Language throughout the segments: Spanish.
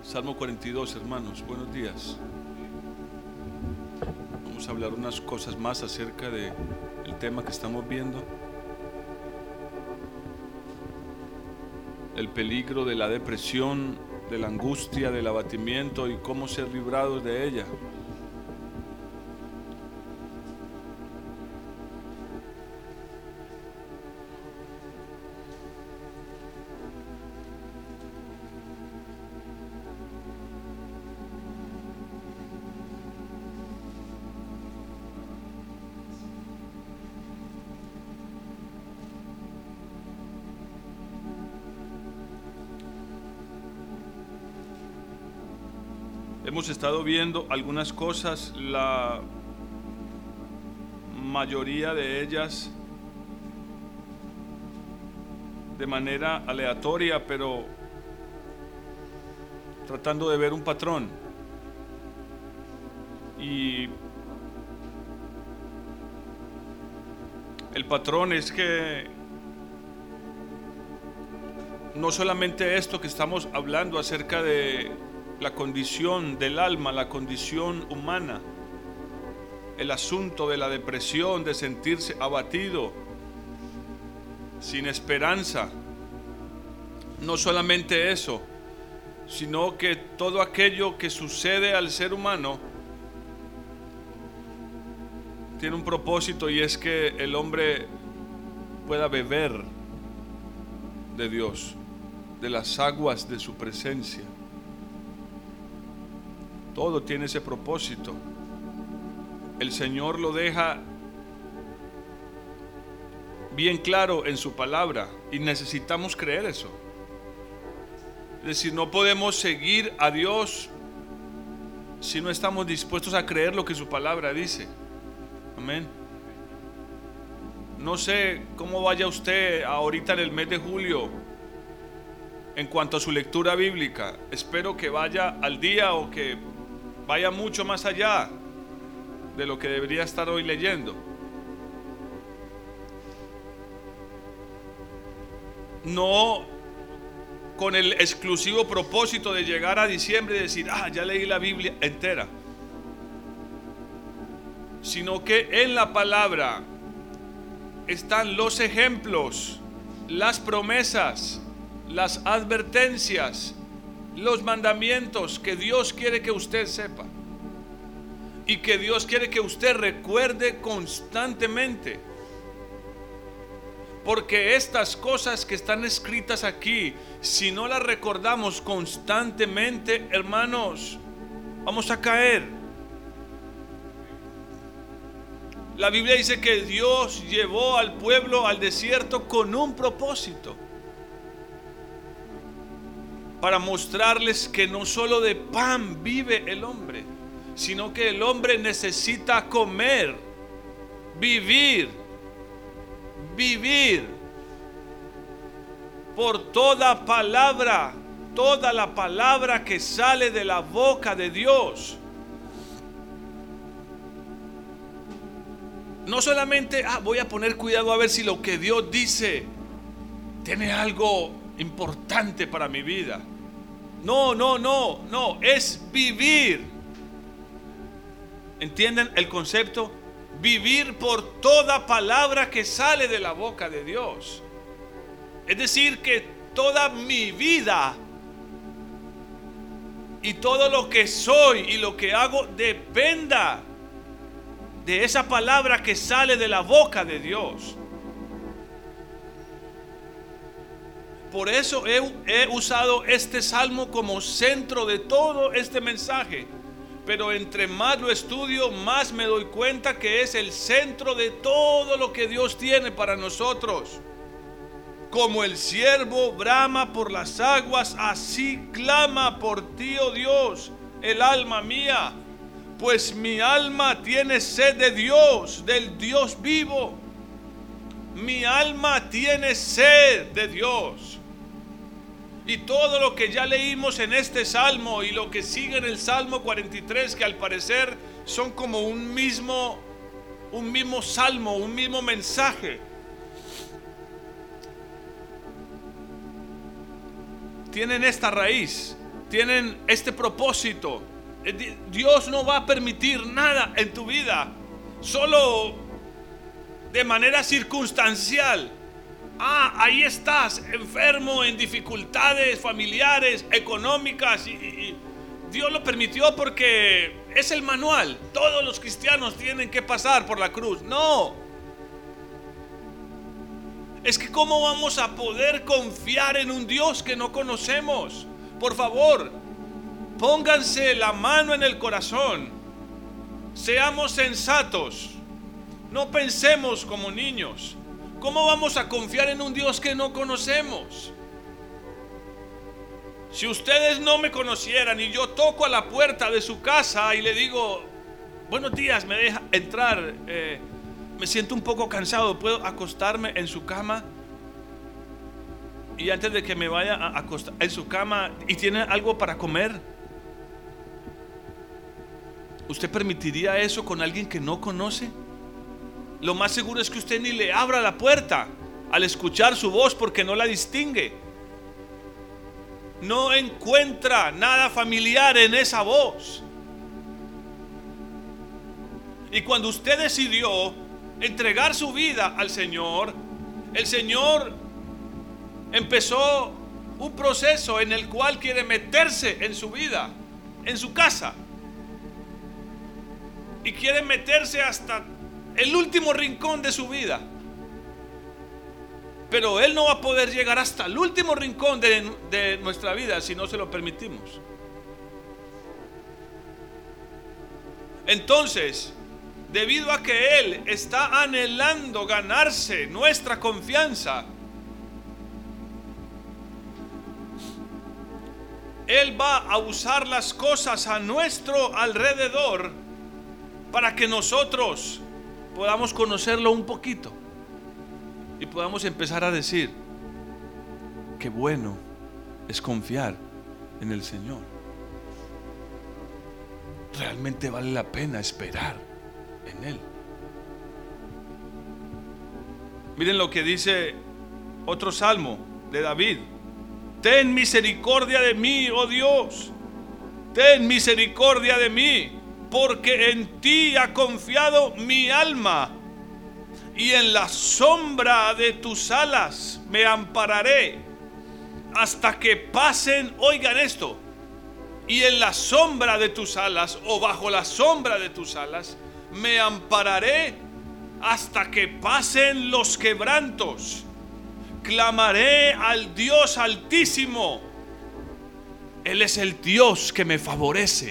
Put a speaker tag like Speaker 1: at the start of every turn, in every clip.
Speaker 1: Salmo 42, hermanos, buenos días. Vamos a hablar unas cosas más acerca del tema que estamos viendo. El peligro de la depresión, de la angustia, del abatimiento y cómo ser librados de ella. Hemos estado viendo algunas cosas, la mayoría de ellas de manera aleatoria, pero tratando de ver un patrón. Y el patrón es que no solamente esto que estamos hablando acerca de la condición del alma, la condición humana, el asunto de la depresión, de sentirse abatido, sin esperanza. No solamente eso, sino que todo aquello que sucede al ser humano tiene un propósito, y es que el hombre pueda beber de Dios, de las aguas de su presencia. Todo tiene ese propósito. El Señor lo deja bien claro en su palabra y necesitamos creer eso. Es decir, no podemos seguir a Dios si no estamos dispuestos a creer lo que su palabra dice. Amén. No sé cómo vaya usted ahorita en el mes de julio en cuanto a su lectura bíblica. Espero que vaya al día o que vaya mucho más allá de lo que debería estar hoy leyendo. No con el exclusivo propósito de llegar a diciembre y decir, ya leí la Biblia entera, sino que en la palabra están los ejemplos, las promesas, las advertencias, los mandamientos que Dios quiere que usted sepa y que Dios quiere que usted recuerde constantemente. Porque estas cosas que están escritas aquí, si no las recordamos constantemente, hermanos, vamos a caer. La Biblia dice que Dios llevó al pueblo al desierto con un propósito: para mostrarles que no solo de pan vive el hombre, sino que el hombre necesita comer, vivir por toda la palabra que sale de la boca de Dios. No solamente, voy a poner cuidado a ver si lo que Dios dice tiene algo importante para mi vida. No, es vivir. ¿Entienden el concepto? Vivir por toda palabra que sale de la boca de Dios. Es decir, que toda mi vida y todo lo que soy y lo que hago dependa de esa palabra que sale de la boca de Dios. Por eso he usado este salmo como centro de todo este mensaje. Pero entre más lo estudio, más me doy cuenta que es el centro de todo lo que Dios tiene para nosotros. Como el siervo brama por las aguas, así clama por ti, oh Dios, el alma mía. Pues mi alma tiene sed de Dios, del Dios vivo. Mi alma tiene sed de Dios. Y todo lo que ya leímos en este salmo y lo que sigue en el Salmo 43, que al parecer son como un mismo salmo, un mismo mensaje, tienen esta raíz. tienen este propósito. Dios no va a permitir nada en tu vida solo de manera circunstancial. Ahí estás, enfermo, en dificultades familiares, económicas, y Dios lo permitió porque es el manual. Todos los cristianos tienen que pasar por la cruz. No. Es que ¿cómo vamos a poder confiar en un Dios que no conocemos? Por favor, pónganse la mano en el corazón. Seamos sensatos. No pensemos como niños. ¿Cómo vamos a confiar en un Dios que no conocemos? Si ustedes no me conocieran y yo toco a la puerta de su casa y le digo: buenos días, ¿me deja entrar? Me siento un poco cansado, ¿puedo acostarme en su cama? Y antes de que me vaya a acostar en su cama, ¿y tiene algo para comer? ¿Usted permitiría eso con alguien que no conoce? Lo más seguro es que usted ni le abra la puerta al escuchar su voz, porque no la distingue. No encuentra nada familiar en esa voz. Y cuando usted decidió entregar su vida al Señor, el Señor empezó un proceso en el cual quiere meterse en su vida, en su casa, y quiere meterse hasta el último rincón de su vida. Pero Él no va a poder llegar hasta el último rincón de nuestra vida si no se lo permitimos. Entonces, debido a que Él está anhelando ganarse nuestra confianza, Él va a usar las cosas a nuestro alrededor para que nosotros podamos conocerlo un poquito y podamos empezar a decir: qué bueno es confiar en el Señor. Realmente vale la pena esperar en Él. Miren lo que dice otro salmo de David: ten misericordia de mí, oh Dios, ten misericordia de mí, porque en ti ha confiado mi alma, y en la sombra de tus alas me ampararé hasta que pasen, oigan esto, y en la sombra de tus alas, o bajo la sombra de tus alas, me ampararé hasta que pasen los quebrantos. Clamaré al Dios Altísimo. Él es el Dios que me favorece.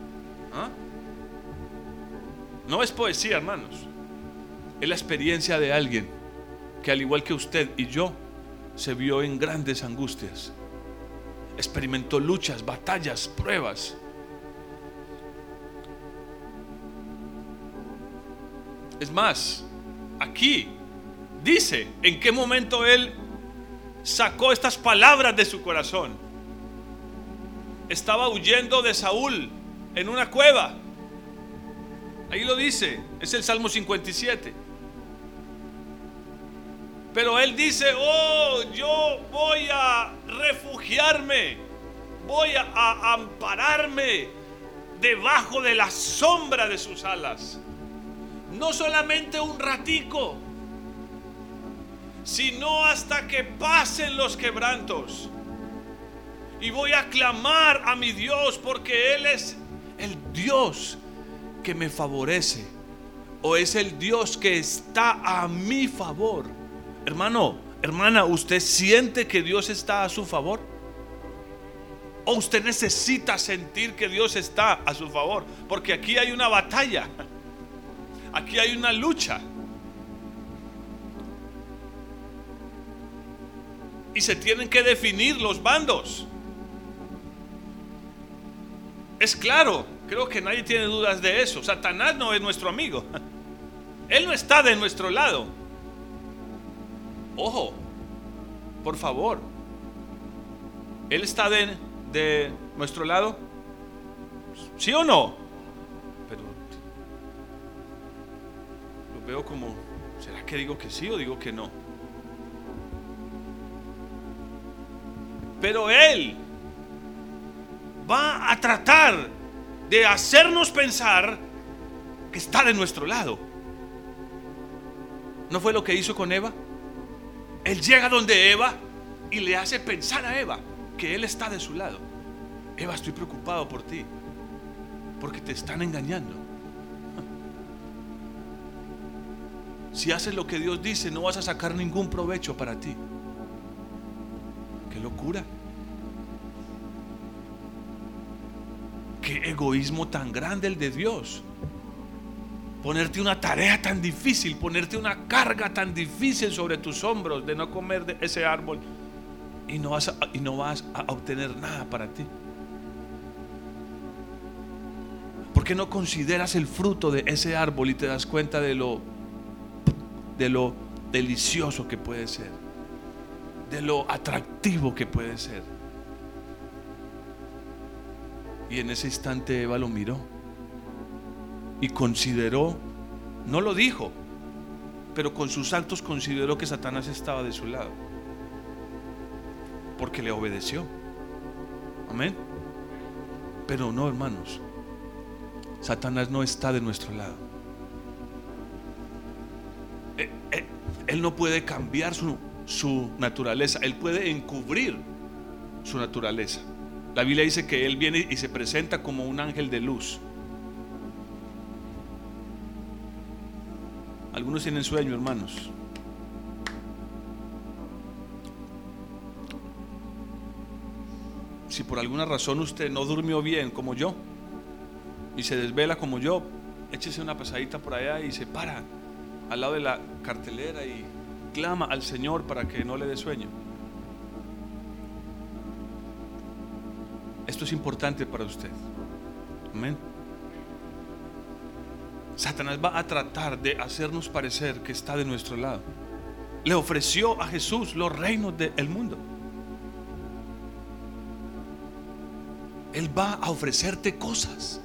Speaker 1: No es poesía, hermanos. Es la experiencia de alguien que, al igual que usted y yo, se vio en grandes angustias, experimentó luchas, batallas, pruebas. Es más, aquí dice en qué momento él sacó estas palabras de su corazón. Estaba huyendo de Saúl en una cueva. Ahí lo dice, es el Salmo 57. Pero él dice: oh, yo voy a refugiarme, voy a ampararme debajo de la sombra de sus alas. No solamente un ratico, sino hasta que pasen los quebrantos. Y voy a clamar a mi Dios, porque Él es el Dios que me favorece, o es el Dios que está a mi favor. Hermano, hermana, ¿usted siente que Dios está a su favor? ¿O usted necesita sentir que Dios está a su favor? Porque aquí hay una batalla, aquí hay una lucha, y se tienen que definir los bandos. Es claro, creo que nadie tiene dudas de eso. Satanás no es nuestro amigo. Él no está de nuestro lado. Ojo, por favor, ¿Él está de nuestro lado? ¿Sí o no? Pero lo veo como, ¿será que digo que sí o digo que no? Pero Él va a tratar de hacernos pensar que está de nuestro lado. ¿No fue lo que hizo con Eva? Él llega donde Eva y le hace pensar a Eva que él está de su lado. Eva, estoy preocupado por ti, porque te están engañando. Si haces lo que Dios dice, no vas a sacar ningún provecho para ti. ¡Qué locura! ¡Qué egoísmo tan grande el de Dios! Ponerte una tarea tan difícil, ponerte una carga tan difícil sobre tus hombros de no comer de ese árbol, y no vas a obtener nada para ti. ¿Por qué no consideras el fruto de ese árbol y te das cuenta de lo delicioso que puede ser, de lo atractivo que puede ser? Y en ese instante Eva lo miró y consideró, no lo dijo, pero con sus actos consideró que Satanás estaba de su lado, porque le obedeció. Amén. Pero no, hermanos, Satanás no está de nuestro lado. Él no puede cambiar su naturaleza. Él puede encubrir su naturaleza. La Biblia dice que él viene y se presenta como un ángel de luz. Algunos tienen sueño, hermanos. Si por alguna razón usted no durmió bien como yo y se desvela como yo, échese una pasadita por allá y se para al lado de la cartelera y clama al Señor para que no le dé sueño. Esto es importante para usted. Amén. Satanás va a tratar de hacernos parecer que está de nuestro lado. Le ofreció a Jesús los reinos del mundo. Él va a ofrecerte cosas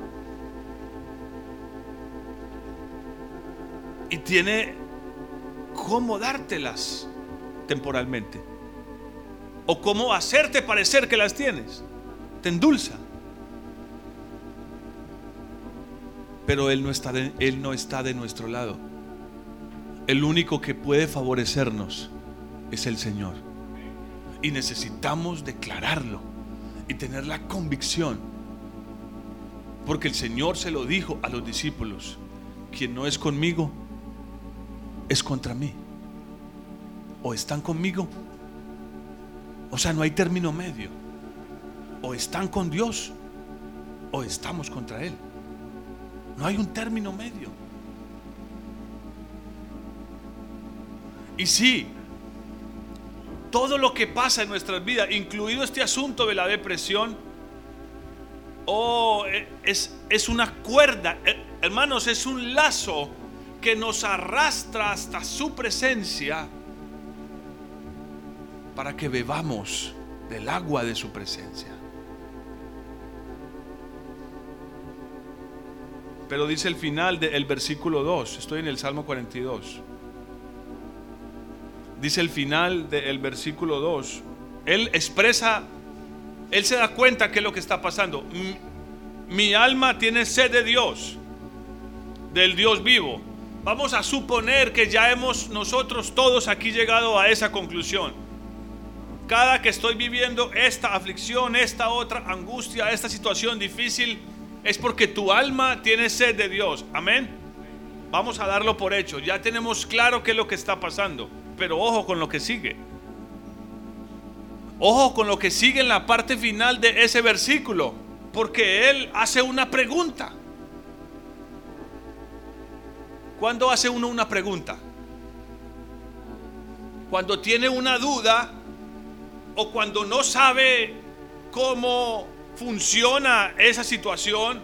Speaker 1: y tiene cómo dártelas temporalmente, o cómo hacerte parecer que las tienes. Te endulza. Pero Él no está de nuestro lado. El único que puede favorecernos es el Señor, y necesitamos declararlo y tener la convicción, porque el Señor se lo dijo a los discípulos: quien no es conmigo es contra mí. O están conmigo, o sea, no hay término medio. O están con Dios o estamos contra Él. No hay un término medio. Y sí, todo lo que pasa en nuestras vidas, incluido este asunto de la depresión, es una cuerda, hermanos, es un lazo que nos arrastra hasta su presencia para que bebamos del agua de su presencia. Pero dice el final del versículo 2, estoy en el Salmo 42. Dice el final del versículo 2, él se da cuenta que es lo que está pasando. Mi alma tiene sed de Dios, del Dios vivo. Vamos a suponer que ya hemos nosotros todos aquí llegado a esa conclusión. Cada que estoy viviendo esta aflicción, esta otra angustia, esta situación difícil, es porque tu alma tiene sed de Dios. Amén. Vamos a darlo por hecho. Ya tenemos claro qué es lo que está pasando. Pero ojo con lo que sigue. Ojo con lo que sigue en la parte final de ese versículo, porque él hace una pregunta. ¿Cuándo hace uno una pregunta? Cuando tiene una duda, o cuando no sabe cómo funciona esa situación,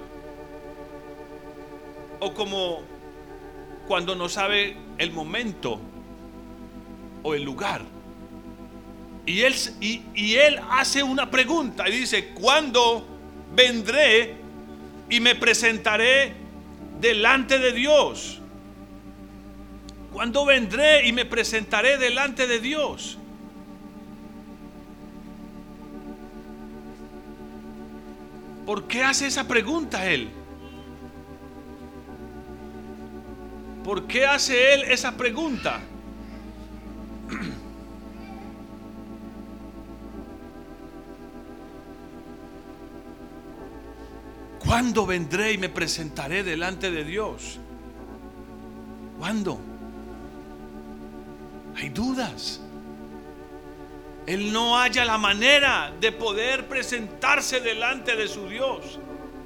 Speaker 1: o como cuando no sabe el momento o el lugar. Y él hace una pregunta y dice: ¿cuándo vendré y me presentaré delante de Dios? ¿Cuándo vendré y me presentaré delante de Dios? ¿Por qué hace esa pregunta él? ¿Por qué hace él esa pregunta? ¿Cuándo vendré y me presentaré delante de Dios? ¿Cuándo? Hay dudas. Él no halla la manera de poder presentarse delante de su Dios.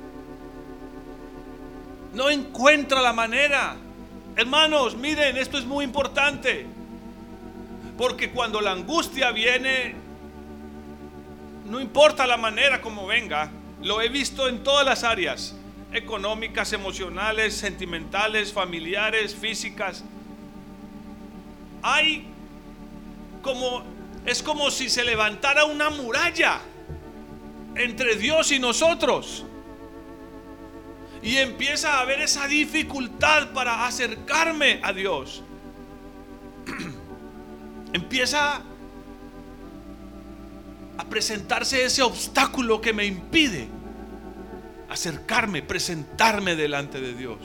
Speaker 1: No encuentra la manera. Hermanos, miren, esto es muy importante. Porque cuando la angustia viene, no importa la manera como venga, lo he visto en todas las áreas: económicas, emocionales, sentimentales, familiares, físicas. Es como si se levantara una muralla entre Dios y nosotros, y empieza a haber esa dificultad para acercarme a Dios. Empieza a presentarse ese obstáculo que me impide acercarme, presentarme delante de Dios.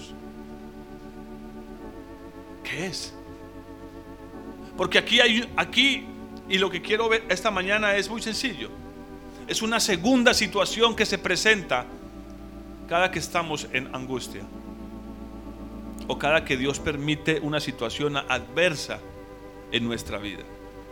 Speaker 1: ¿Qué es? Porque aquí y lo que quiero ver esta mañana es muy sencillo. Es una segunda situación que se presenta cada que estamos en angustia, o cada que Dios permite una situación adversa en nuestra vida.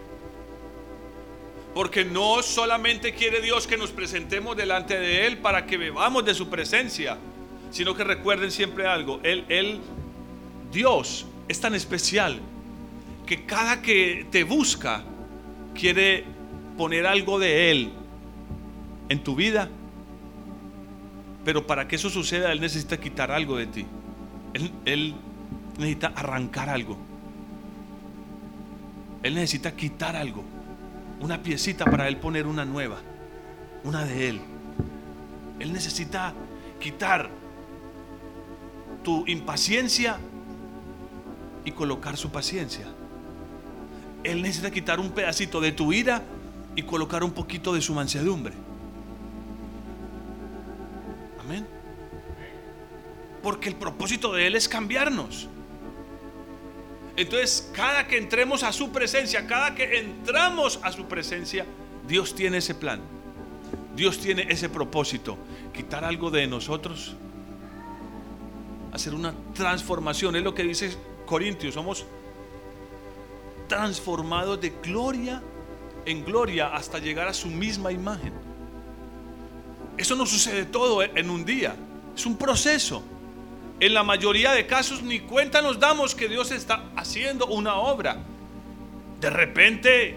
Speaker 1: Porque no solamente quiere Dios que nos presentemos delante de Él para que bebamos de su presencia, sino que recuerden siempre algo: Dios es tan especial que cada que te busca quiere poner algo de Él en tu vida. Pero para que eso suceda, Él necesita quitar algo de ti. Él necesita arrancar algo. Él necesita quitar algo, una piecita, para Él poner una nueva, una de Él. Él necesita quitar tu impaciencia y colocar su paciencia. Él necesita quitar un pedacito de tu ira y colocar un poquito de su mansedumbre. Amén. Porque el propósito de Él es cambiarnos. Entonces, cada que entremos a su presencia, cada que entramos a su presencia, Dios tiene ese plan. Dios tiene ese propósito: quitar algo de nosotros, hacer una transformación. Es lo que dice Corintios: somos transformados de gloria en gloria hasta llegar a su misma imagen. Eso no sucede todo en un día, es un proceso. En la mayoría de casos ni cuenta nos damos que Dios está haciendo una obra. De repente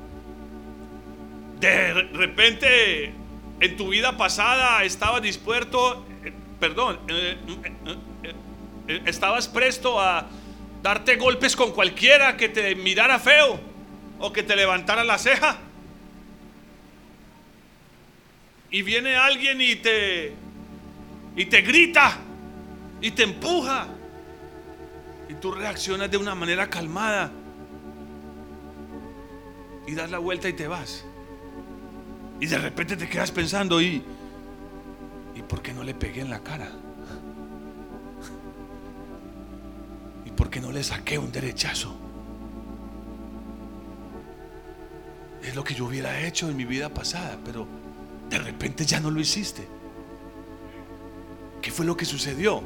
Speaker 1: en tu vida pasada estabas estabas presto a darte golpes con cualquiera que te mirara feo o que te levantara la ceja. Y viene alguien y te grita y te empuja, y tú reaccionas de una manera calmada y das la vuelta y te vas. Y de repente te quedas pensando: ¿y por qué no le pegué en la cara? ¿Y por qué no le saqué un derechazo? Es lo que yo hubiera hecho en mi vida pasada, pero de repente ya no lo hiciste. ¿Qué fue lo que sucedió?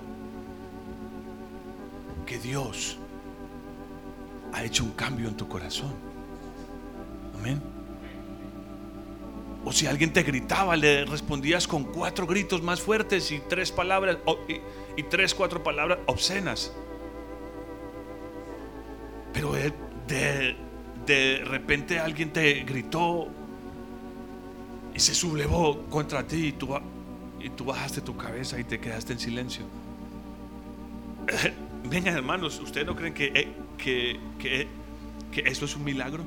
Speaker 1: Que Dios ha hecho un cambio en tu corazón. Amén. O si alguien te gritaba, le respondías con 4 gritos más fuertes y 3 palabras y 4 palabras obscenas. Pero de repente alguien te gritó y se sublevó contra ti, y tú bajaste tu cabeza y te quedaste en silencio. Vengan, hermanos, ¿ustedes no creen que eso es un milagro?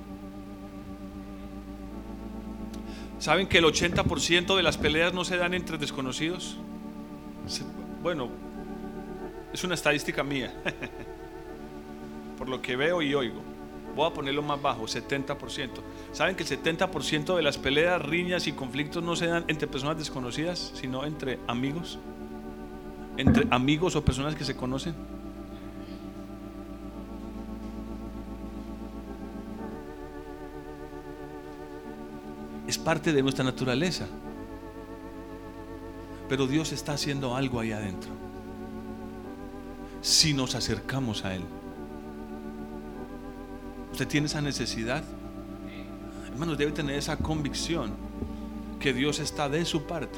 Speaker 1: ¿Saben que el 80% de las peleas no se dan entre desconocidos? Bueno, es una estadística mía, por lo que veo y oigo. Voy a ponerlo más bajo, 70%. ¿Saben que el 70% de las peleas, riñas y conflictos no se dan entre personas desconocidas, sino entre amigos? Entre amigos o personas que se conocen. Es parte de nuestra naturaleza. Pero Dios está haciendo algo ahí adentro si nos acercamos a Él. Usted tiene esa necesidad, hermanos, debe tener esa convicción que Dios está de su parte.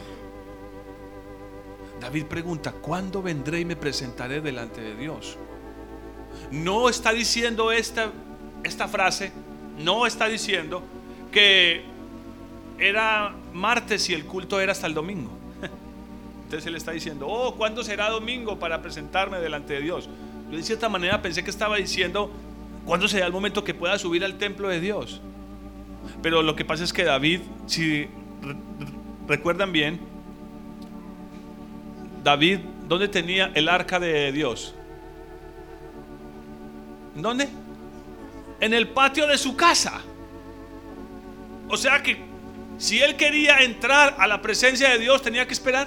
Speaker 1: David pregunta: ¿cuándo vendré y me presentaré delante de Dios? No está diciendo esta frase, no está diciendo que era martes y el culto era hasta el domingo. Entonces él está diciendo: oh, ¿cuándo será domingo para presentarme delante de Dios? Yo de cierta manera pensé que estaba diciendo: ¿cuándo será el momento que pueda subir al templo de Dios? Pero lo que pasa es que David, si recuerdan bien, David, ¿dónde tenía el arca de Dios? ¿Dónde? En el patio de su casa. O sea que si él quería entrar a la presencia de Dios, tenía que esperar.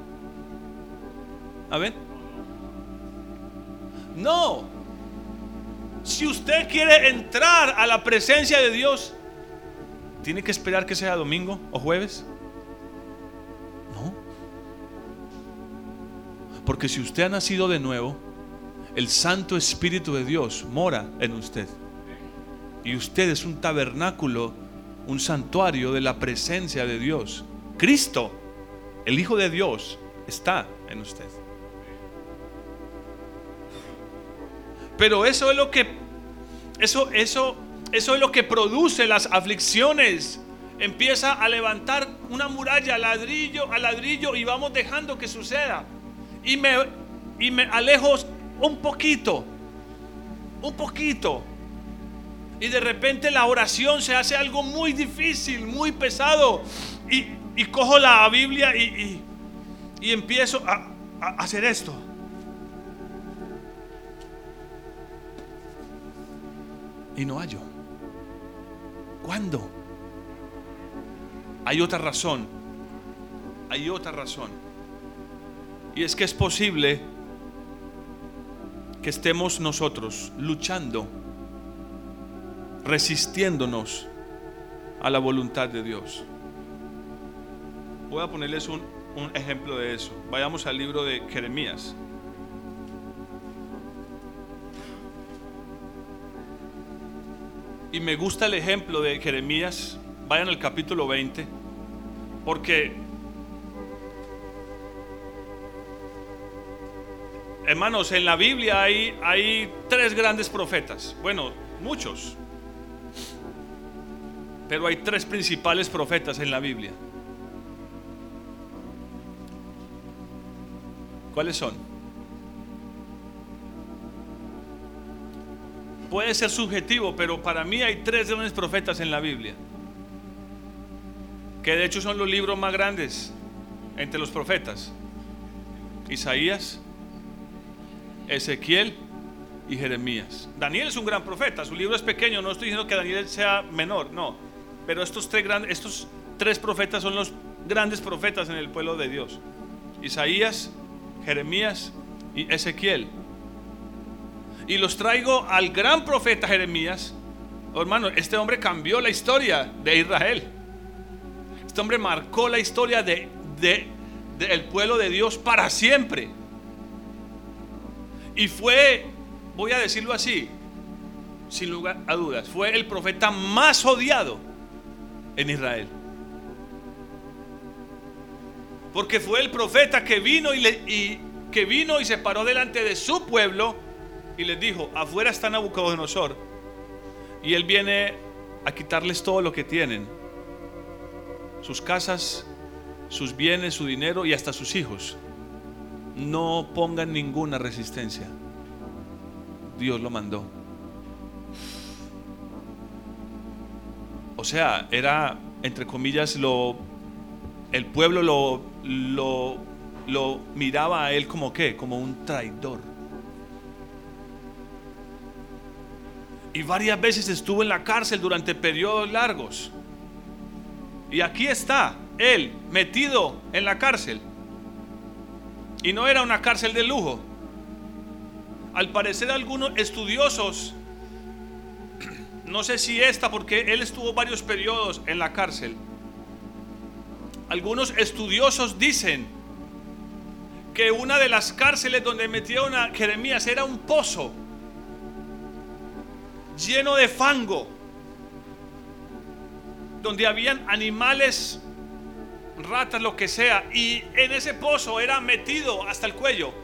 Speaker 1: A ver. No. Si usted quiere entrar a la presencia de Dios, ¿tiene que esperar que sea domingo o jueves? No. Porque si usted ha nacido de nuevo, el Santo Espíritu de Dios mora en usted. Y usted es un tabernáculo, un santuario de la presencia de Dios. Cristo, el Hijo de Dios, está en usted. Pero eso es lo que es lo que produce las aflicciones. Empieza a levantar una muralla ladrillo a ladrillo y vamos dejando que suceda. Y me alejo un poquito. Y de repente la oración se hace algo muy difícil, muy pesado. Y cojo la Biblia y empiezo a hacer esto. Y no hallo. ¿Cuándo? Hay otra razón. Y es que es posible que estemos nosotros luchando, resistiéndonos a la voluntad de Dios. Voy a ponerles un ejemplo de eso. Vayamos al libro de Jeremías. Y me gusta el ejemplo de Jeremías. Vayan al capítulo 20. Porque, hermanos, en la Biblia hay tres grandes profetas. Bueno, muchos. Pero hay tres principales profetas en la Biblia. ¿Cuáles son? Puede ser subjetivo, pero para mí hay tres grandes profetas en la Biblia, que de hecho son los libros más grandes entre los profetas: Isaías, Ezequiel y Jeremías. Daniel es un gran profeta, su libro es pequeño, no estoy diciendo que Daniel sea menor, no, pero estos tres profetas son los grandes profetas en el pueblo de Dios: Isaías, Jeremías y Ezequiel. Y los traigo al gran profeta Jeremías. Oh, hermano, este hombre cambió la historia de Israel. Este hombre marcó la historia del pueblo de Dios para siempre. Y fue, voy a decirlo así, sin lugar a dudas, fue el profeta más odiado en Israel. Porque fue el profeta que vino y se paró delante de su pueblo y les dijo: afuera está Nabucodonosor y él viene a quitarles todo lo que tienen, sus casas, sus bienes, su dinero y hasta sus hijos. No pongan ninguna resistencia. Dios lo mandó. O sea, era, entre comillas, el pueblo lo miraba a él como ¿qué? Como un traidor. Y varias veces estuvo en la cárcel durante periodos largos. Y aquí está él metido en la cárcel. Y no era una cárcel de lujo. Al parecer algunos estudiosos, no sé si esta, porque él estuvo varios periodos en la cárcel. Algunos estudiosos dicen que una de las cárceles donde metieron a Jeremías era un pozo lleno de fango, donde habían animales, ratas, lo que sea, y en ese pozo era metido hasta el cuello.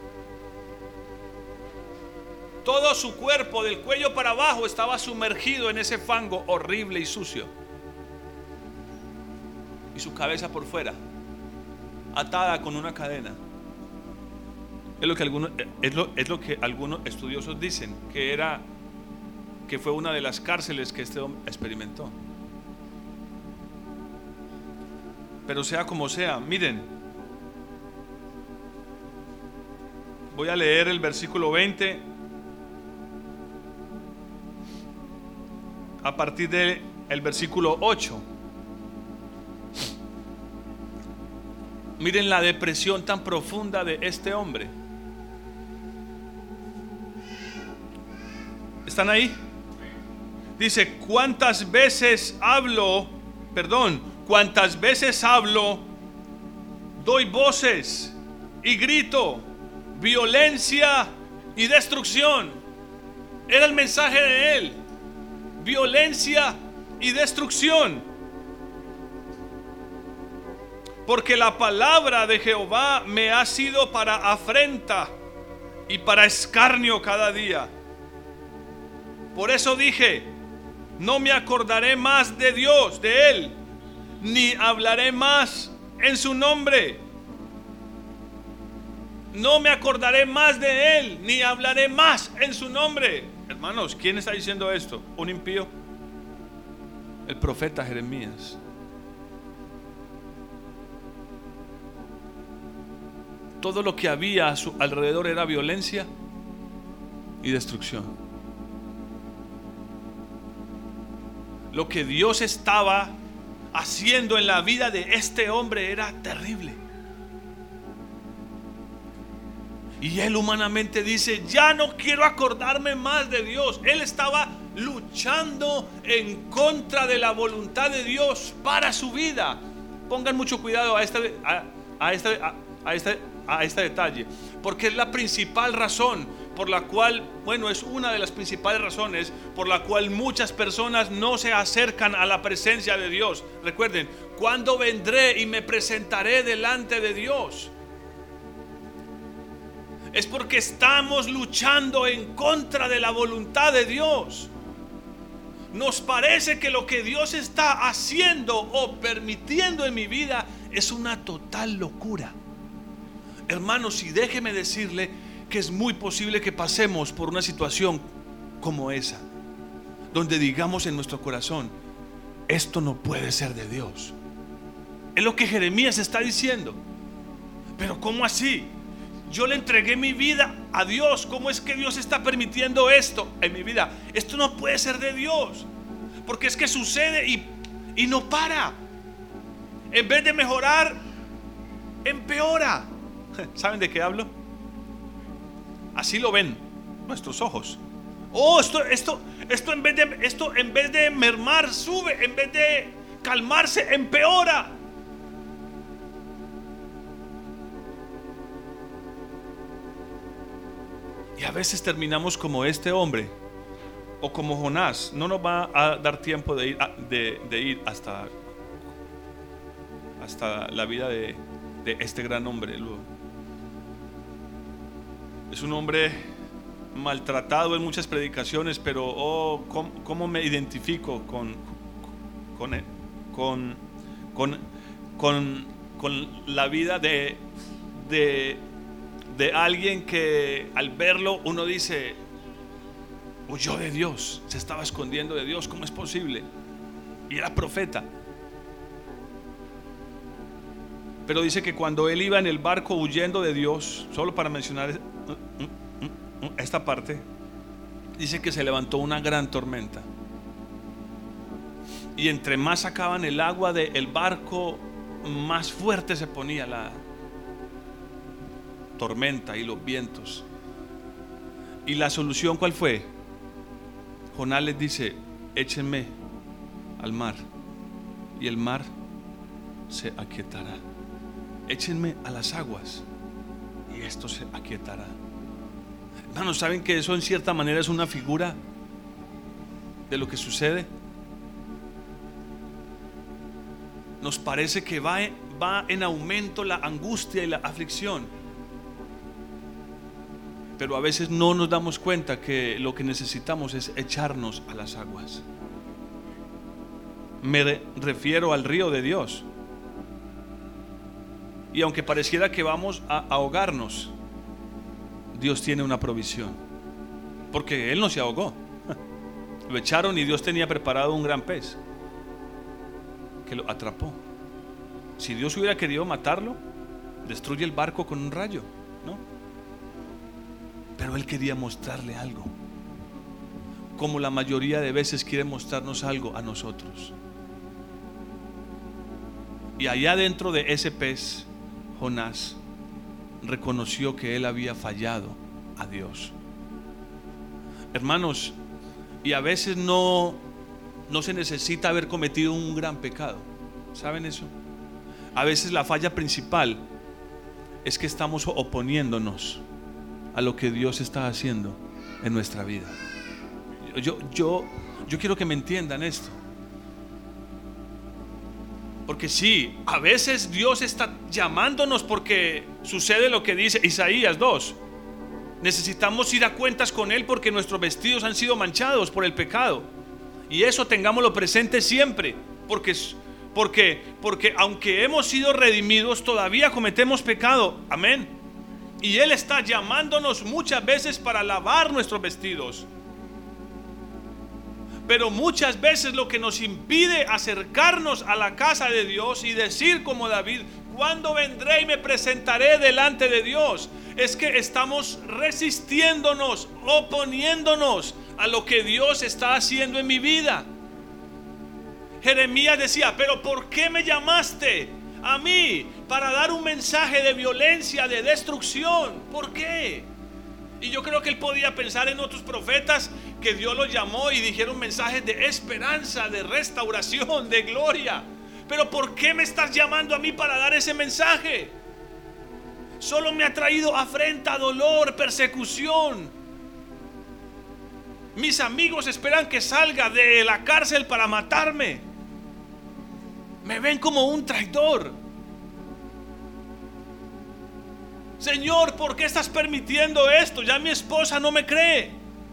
Speaker 1: Todo su cuerpo, del cuello para abajo, estaba sumergido en ese fango horrible y sucio, y su cabeza por fuera, atada con una cadena. Es lo que algunos estudiosos dicen que fue una de las cárceles que este hombre experimentó. Pero sea como sea, miren, voy a leer el versículo 20 a partir del versículo 8. Miren la depresión tan profunda de este hombre. ¿Están ahí? Dice: cuántas veces hablo, doy voces y grito, violencia y destrucción. Era el mensaje de él: violencia y destrucción. Porque la palabra de Jehová me ha sido para afrenta y para escarnio cada día. Por eso dije: no me acordaré más de Dios, de Él, ni hablaré más en su nombre. No me acordaré más de Él, ni hablaré más en su nombre. Hermanos, ¿quién está diciendo esto? ¿Un impío? El profeta Jeremías. Todo lo que había a su alrededor era violencia y destrucción. Lo que Dios estaba haciendo en la vida de este hombre era terrible. Y él humanamente dice: ya no quiero acordarme más de Dios. Él estaba luchando en contra de la voluntad de Dios para su vida. Pongan mucho cuidado a este detalle, porque es la principal razón por la cual, es una de las principales razones por la cual muchas personas no se acercan a la presencia de Dios. Recuerden: ¿cuándo vendré y me presentaré delante de Dios? Es porque estamos luchando en contra de la voluntad de Dios. Nos parece que lo que Dios está haciendo o permitiendo en mi vida es una total locura. Hermanos, y déjeme decirle que es muy posible que pasemos por una situación como esa, donde digamos en nuestro corazón: esto no puede ser de Dios. Es lo que Jeremías está diciendo. Pero ¿cómo así? Yo le entregué mi vida a Dios. ¿Cómo es que Dios está permitiendo esto en mi vida? Esto no puede ser de Dios, porque es que sucede y no para. En vez de mejorar, empeora. ¿Saben de qué hablo? Así lo ven nuestros ojos. Esto en vez de mermar, sube. En vez de calmarse, empeora. Y a veces terminamos como este hombre, o como Jonás. No nos va a dar tiempo de ir hasta la vida de este gran hombre. Es un hombre maltratado en muchas predicaciones, pero ¿cómo me identifico con la vida de alguien que al verlo uno dice: huyó de Dios, se estaba escondiendo de Dios? ¿Cómo es posible? Y era profeta. Pero dice que cuando él iba en el barco huyendo de Dios, solo para mencionar esta parte, dice que se levantó una gran tormenta. Y entre más sacaban el agua del barco, más fuerte se ponía la tormenta y los vientos. ¿Y la solución cuál fue? Jonás les dice: échenme al mar y el mar se aquietará. Échenme a las aguas y esto se aquietará. Hermanos, ¿saben que eso en cierta manera es una figura de lo que sucede? Nos parece que va en aumento la angustia y la aflicción, pero a veces no nos damos cuenta que lo que necesitamos es echarnos a las aguas. Me refiero al río de Dios. Y aunque pareciera que vamos a ahogarnos, Dios tiene una provisión, porque Él no se ahogó. Lo echaron y Dios tenía preparado un gran pez que lo atrapó. Si Dios hubiera querido matarlo, destruye el barco con un rayo, ¿no? Pero Él quería mostrarle algo, como la mayoría de veces quiere mostrarnos algo a nosotros. Y allá dentro de ese pez, Jonás reconoció que él había fallado a Dios. Hermanos, y a veces no se necesita haber cometido un gran pecado. ¿Saben eso? A veces la falla principal es que estamos oponiéndonos a lo que Dios está haciendo en nuestra vida. Yo quiero que me entiendan esto. Porque sí, a veces Dios está llamándonos porque sucede lo que dice Isaías 2. Necesitamos ir a cuentas con Él porque nuestros vestidos han sido manchados por el pecado. Y eso tengámoslo presente siempre, porque aunque hemos sido redimidos, todavía cometemos pecado. Amén. Y Él está llamándonos muchas veces para lavar nuestros vestidos. Pero muchas veces lo que nos impide acercarnos a la casa de Dios y decir como David: ¿cuándo vendré y me presentaré delante de Dios? Es que estamos resistiéndonos, oponiéndonos a lo que Dios está haciendo en mi vida. Jeremías decía: pero ¿por qué me llamaste a mí para dar un mensaje de violencia, de destrucción? ¿Por qué? Y yo creo que él podía pensar en otros profetas que Dios los llamó y dijeron mensajes de esperanza, de restauración, de gloria. Pero ¿por qué me estás llamando a mí para dar ese mensaje? Solo me ha traído afrenta, dolor, persecución. Mis amigos esperan que salga de la cárcel para matarme. Me ven como un traidor. Señor, ¿por qué estás permitiendo esto? Ya mi esposa no me cree.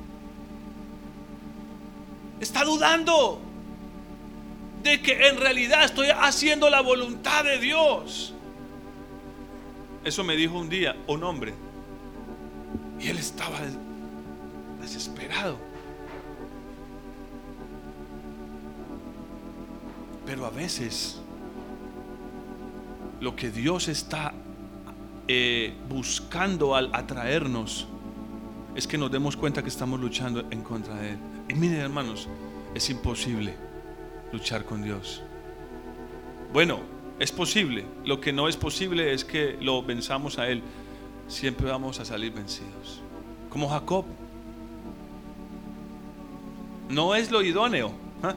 Speaker 1: Está dudando de que en realidad estoy haciendo la voluntad de Dios. Eso me dijo un día un hombre, y él estaba desesperado. Pero a veces lo que Dios está buscando al atraernos es que nos demos cuenta que estamos luchando en contra de Él. Y miren, hermanos, es imposible luchar con Dios. Bueno, es posible. Lo que no es posible es que lo venzamos a Él. Siempre vamos a salir vencidos, como Jacob. No es lo idóneo.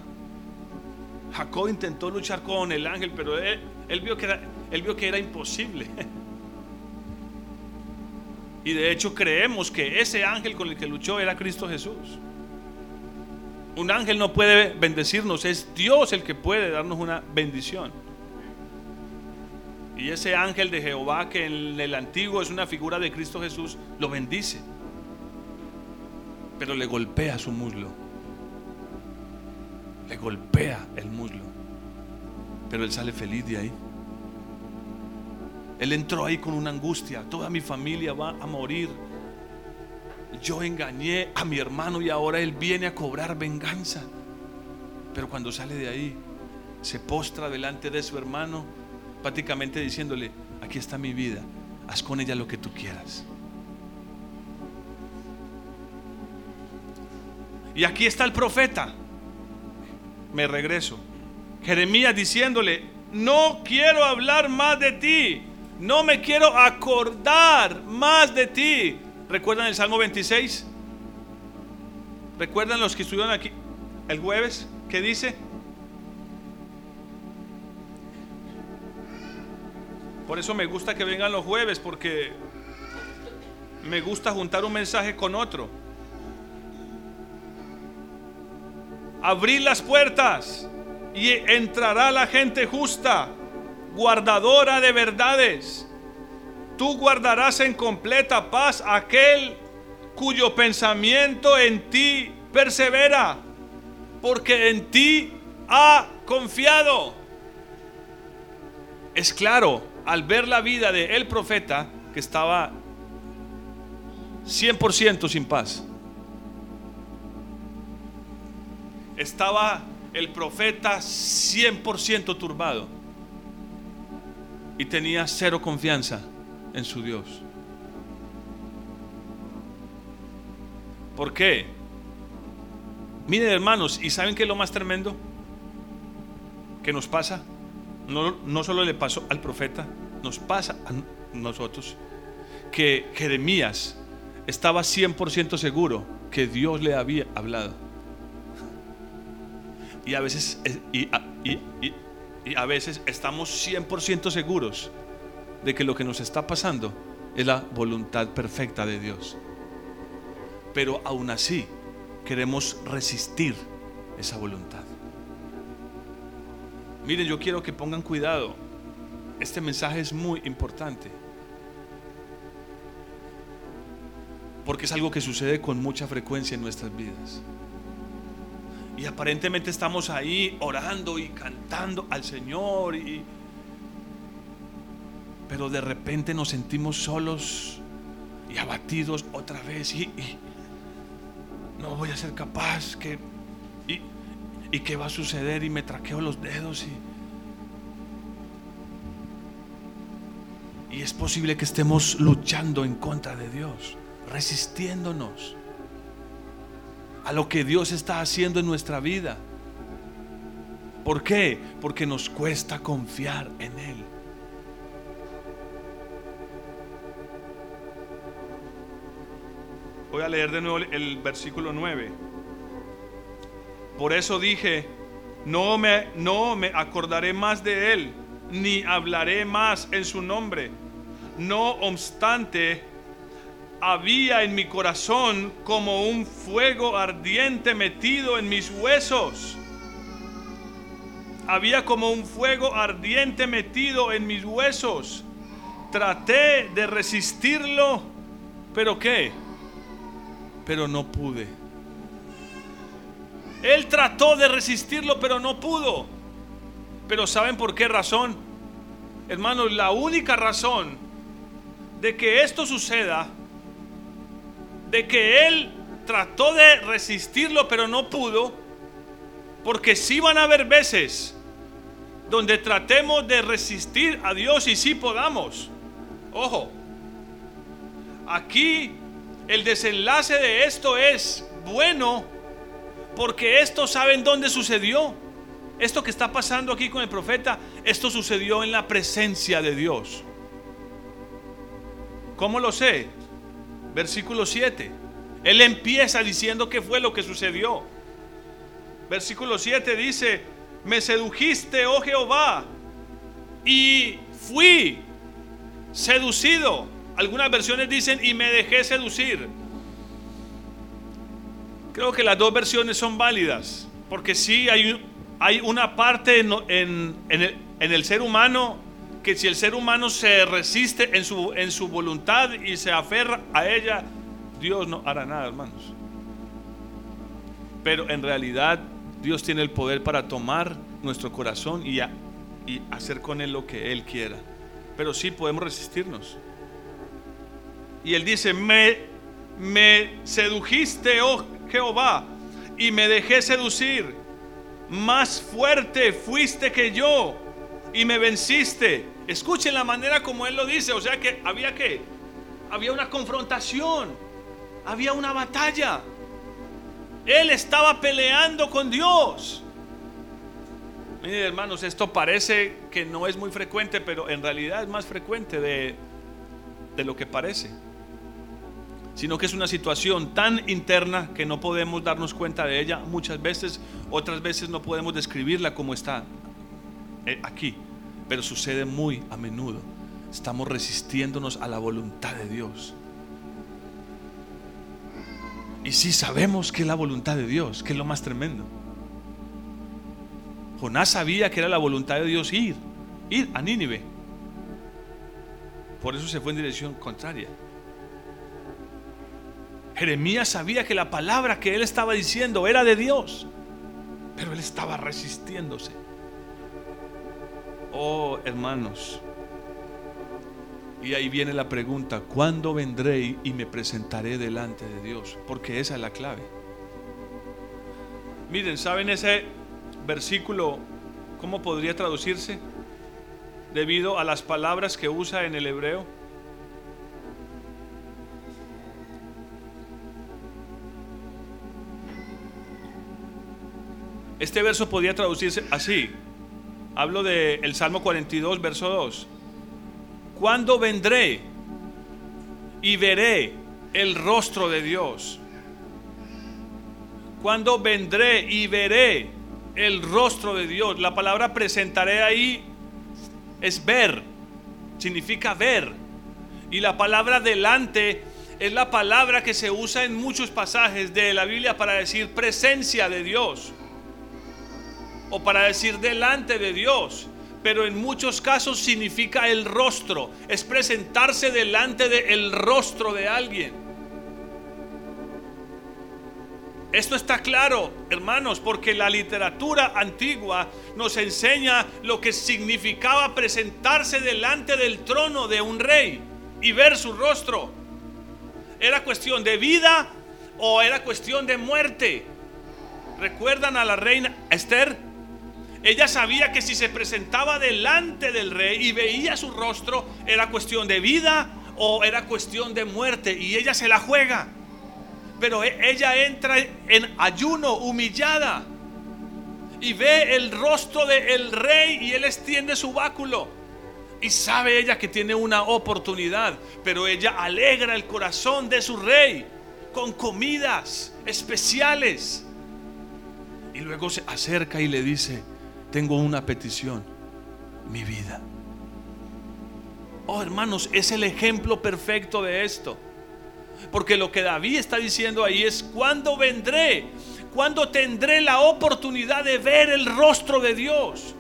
Speaker 1: Jacob intentó luchar con el ángel, pero él vio que era imposible. Y de hecho creemos que ese ángel con el que luchó era Cristo Jesús. Un ángel no puede bendecirnos, es Dios el que puede darnos una bendición. Y ese ángel de Jehová, que en el antiguo es una figura de Cristo Jesús, lo bendice, pero le golpea su muslo. Le golpea el muslo, pero él sale feliz de ahí. Él entró ahí con una angustia: toda mi familia va a morir. Yo engañé a mi hermano y ahora él viene a cobrar venganza. Pero cuando sale de ahí, se postra delante de su hermano, prácticamente diciéndole: aquí está mi vida, haz con ella lo que tú quieras. Y aquí está el profeta. Me regreso. Jeremías diciéndole: no quiero hablar más de ti, no me quiero acordar más de ti. ¿Recuerdan el Salmo 26? ¿Recuerdan los que estuvieron aquí el jueves? ¿Qué dice? Por eso me gusta que vengan los jueves, porque me gusta juntar un mensaje con otro. Abrid las puertas y entrará la gente justa, guardadora de verdades. Tú guardarás en completa paz aquel cuyo pensamiento en ti persevera, porque en ti ha confiado. Es claro, al ver la vida de el profeta, que estaba 100% sin paz. Estaba el profeta 100% turbado y tenía cero confianza en su Dios. ¿Por qué? Miren, hermanos, ¿y saben qué es lo más tremendo que nos pasa? No solo le pasó al profeta, nos pasa a nosotros, que Jeremías estaba 100% seguro que Dios le había hablado. Y a veces estamos 100% seguros de que lo que nos está pasando es la voluntad perfecta de Dios. Pero aún así queremos resistir esa voluntad. Miren, yo quiero que pongan cuidado. Este mensaje es muy importante, porque es algo que sucede con mucha frecuencia en nuestras vidas. Y aparentemente estamos ahí orando y cantando al Señor, pero de repente nos sentimos solos y abatidos otra vez, y no voy a ser capaz, y qué va a suceder, y me traqueo los dedos, y es posible que estemos luchando en contra de Dios, resistiéndonos a lo que Dios está haciendo en nuestra vida. ¿Por qué? Porque nos cuesta confiar en Él. Voy a leer de nuevo el versículo 9. Por eso dije: no me acordaré más de Él, ni hablaré más en su nombre. No obstante, había en mi corazón como un fuego ardiente metido en mis huesos. Había como un fuego ardiente metido en mis huesos. Traté de resistirlo, pero ¿qué? Pero no pude. Él trató de resistirlo, pero no pudo. Pero ¿saben por qué razón? Hermanos, la única razón de que esto suceda, de que él trató de resistirlo pero no pudo, porque sí van a haber veces donde tratemos de resistir a Dios y sí podamos. Ojo, aquí el desenlace de esto es bueno, porque esto, ¿saben dónde sucedió? Esto que está pasando aquí con el profeta, esto sucedió en la presencia de Dios. ¿Cómo lo sé? Versículo 7. Él empieza diciendo qué fue lo que sucedió. Versículo 7 dice: me sedujiste, oh Jehová, y fui seducido. Algunas versiones dicen: y me dejé seducir. Creo que las dos versiones son válidas, porque sí hay una parte en el ser humano, que si el ser humano se resiste en su voluntad y se aferra a ella, Dios no hará nada, hermanos. Pero en realidad Dios tiene el poder para tomar nuestro corazón y hacer con él lo que Él quiera. Pero sí podemos resistirnos. Y Él dice: me sedujiste, oh Jehová, y me dejé seducir. Más fuerte fuiste que yo y me venciste. Escuchen la manera como Él lo dice. O sea que había una confrontación, había una batalla. Él estaba peleando con Dios. Miren, hermanos, esto parece que no es muy frecuente, pero en realidad es más frecuente de lo que parece. Sino que es una situación tan interna que no podemos darnos cuenta de ella muchas veces. Otras veces no podemos describirla como está aquí, pero sucede muy a menudo. Estamos resistiéndonos a la voluntad de Dios. Y sí sabemos que es la voluntad de Dios, que es lo más tremendo. Jonás sabía que era la voluntad de Dios ir a Nínive. Por eso se fue en dirección contraria. Jeremías sabía que la palabra que él estaba diciendo era de Dios, pero él estaba resistiéndose. Oh, hermanos, y ahí viene la pregunta: ¿cuándo vendré y me presentaré delante de Dios? Porque esa es la clave. Miren, ¿saben ese versículo cómo podría traducirse debido a las palabras que usa en el hebreo? Este verso podría traducirse así. Hablo del Salmo 42, verso 2. ¿Cuándo vendré y veré el rostro de Dios? ¿Cuándo vendré y veré el rostro de Dios? La palabra presentaré ahí es ver, significa ver. Y la palabra delante es la palabra que se usa en muchos pasajes de la Biblia para decir presencia de Dios, o para decir delante de Dios, pero en muchos casos significa el rostro. Es presentarse delante del rostro de alguien. Esto está claro, hermanos, porque la literatura antigua nos enseña lo que significaba presentarse delante del trono de un rey y ver su rostro. ¿Era cuestión de vida o era cuestión de muerte? ¿Recuerdan a la reina Esther? Ella sabía que si se presentaba delante del rey y veía su rostro, era cuestión de vida o era cuestión de muerte, y ella se la juega. Pero ella entra en ayuno, humillada, y ve el rostro del rey, y él extiende su báculo, y sabe ella que tiene una oportunidad. Pero ella alegra el corazón de su rey con comidas especiales, y luego se acerca y le dice: tengo una petición, mi vida. Oh, hermanos, es el ejemplo perfecto de esto. Porque lo que David está diciendo ahí es: ¿cuándo vendré? ¿Cuándo tendré la oportunidad de ver el rostro de Dios?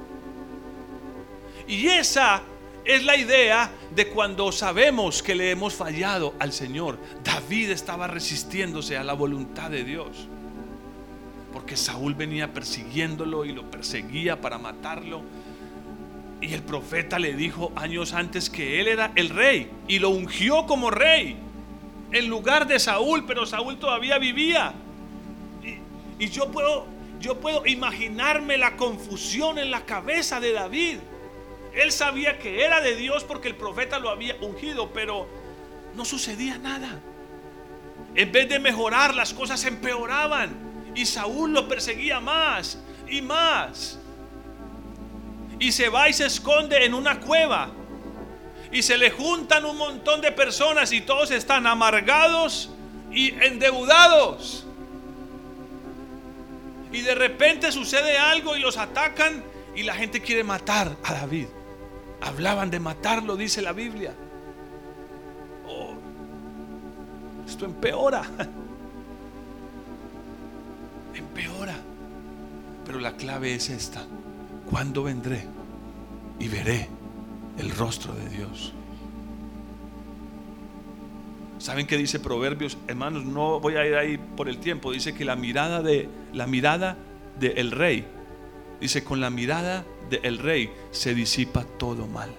Speaker 1: Y esa es la idea de cuando sabemos que le hemos fallado al Señor. David estaba resistiéndose a la voluntad de Dios, porque Saúl venía persiguiéndolo y lo perseguía para matarlo. Y el profeta le dijo años antes que él era el rey, y lo ungió como rey en lugar de Saúl, pero Saúl todavía vivía. Y yo puedo imaginarme la confusión en la cabeza de David. Él sabía que era de Dios porque el profeta lo había ungido, pero no sucedía nada. En vez de mejorar, las cosas empeoraban. Y Saúl lo perseguía más y más. Y se va y se esconde en una cueva. Y se le juntan un montón de personas, y todos están amargados y endeudados. Y de repente sucede algo y los atacan, y la gente quiere matar a David. Hablaban de matarlo, dice la Biblia. Oh, esto empeora. Empeora. Pero la clave es esta: ¿cuándo vendré y veré el rostro de Dios? ¿Saben qué dice Proverbios? Hermanos, no voy a ir ahí por el tiempo. Dice que la mirada del rey, dice, con la mirada del rey se disipa todo mal.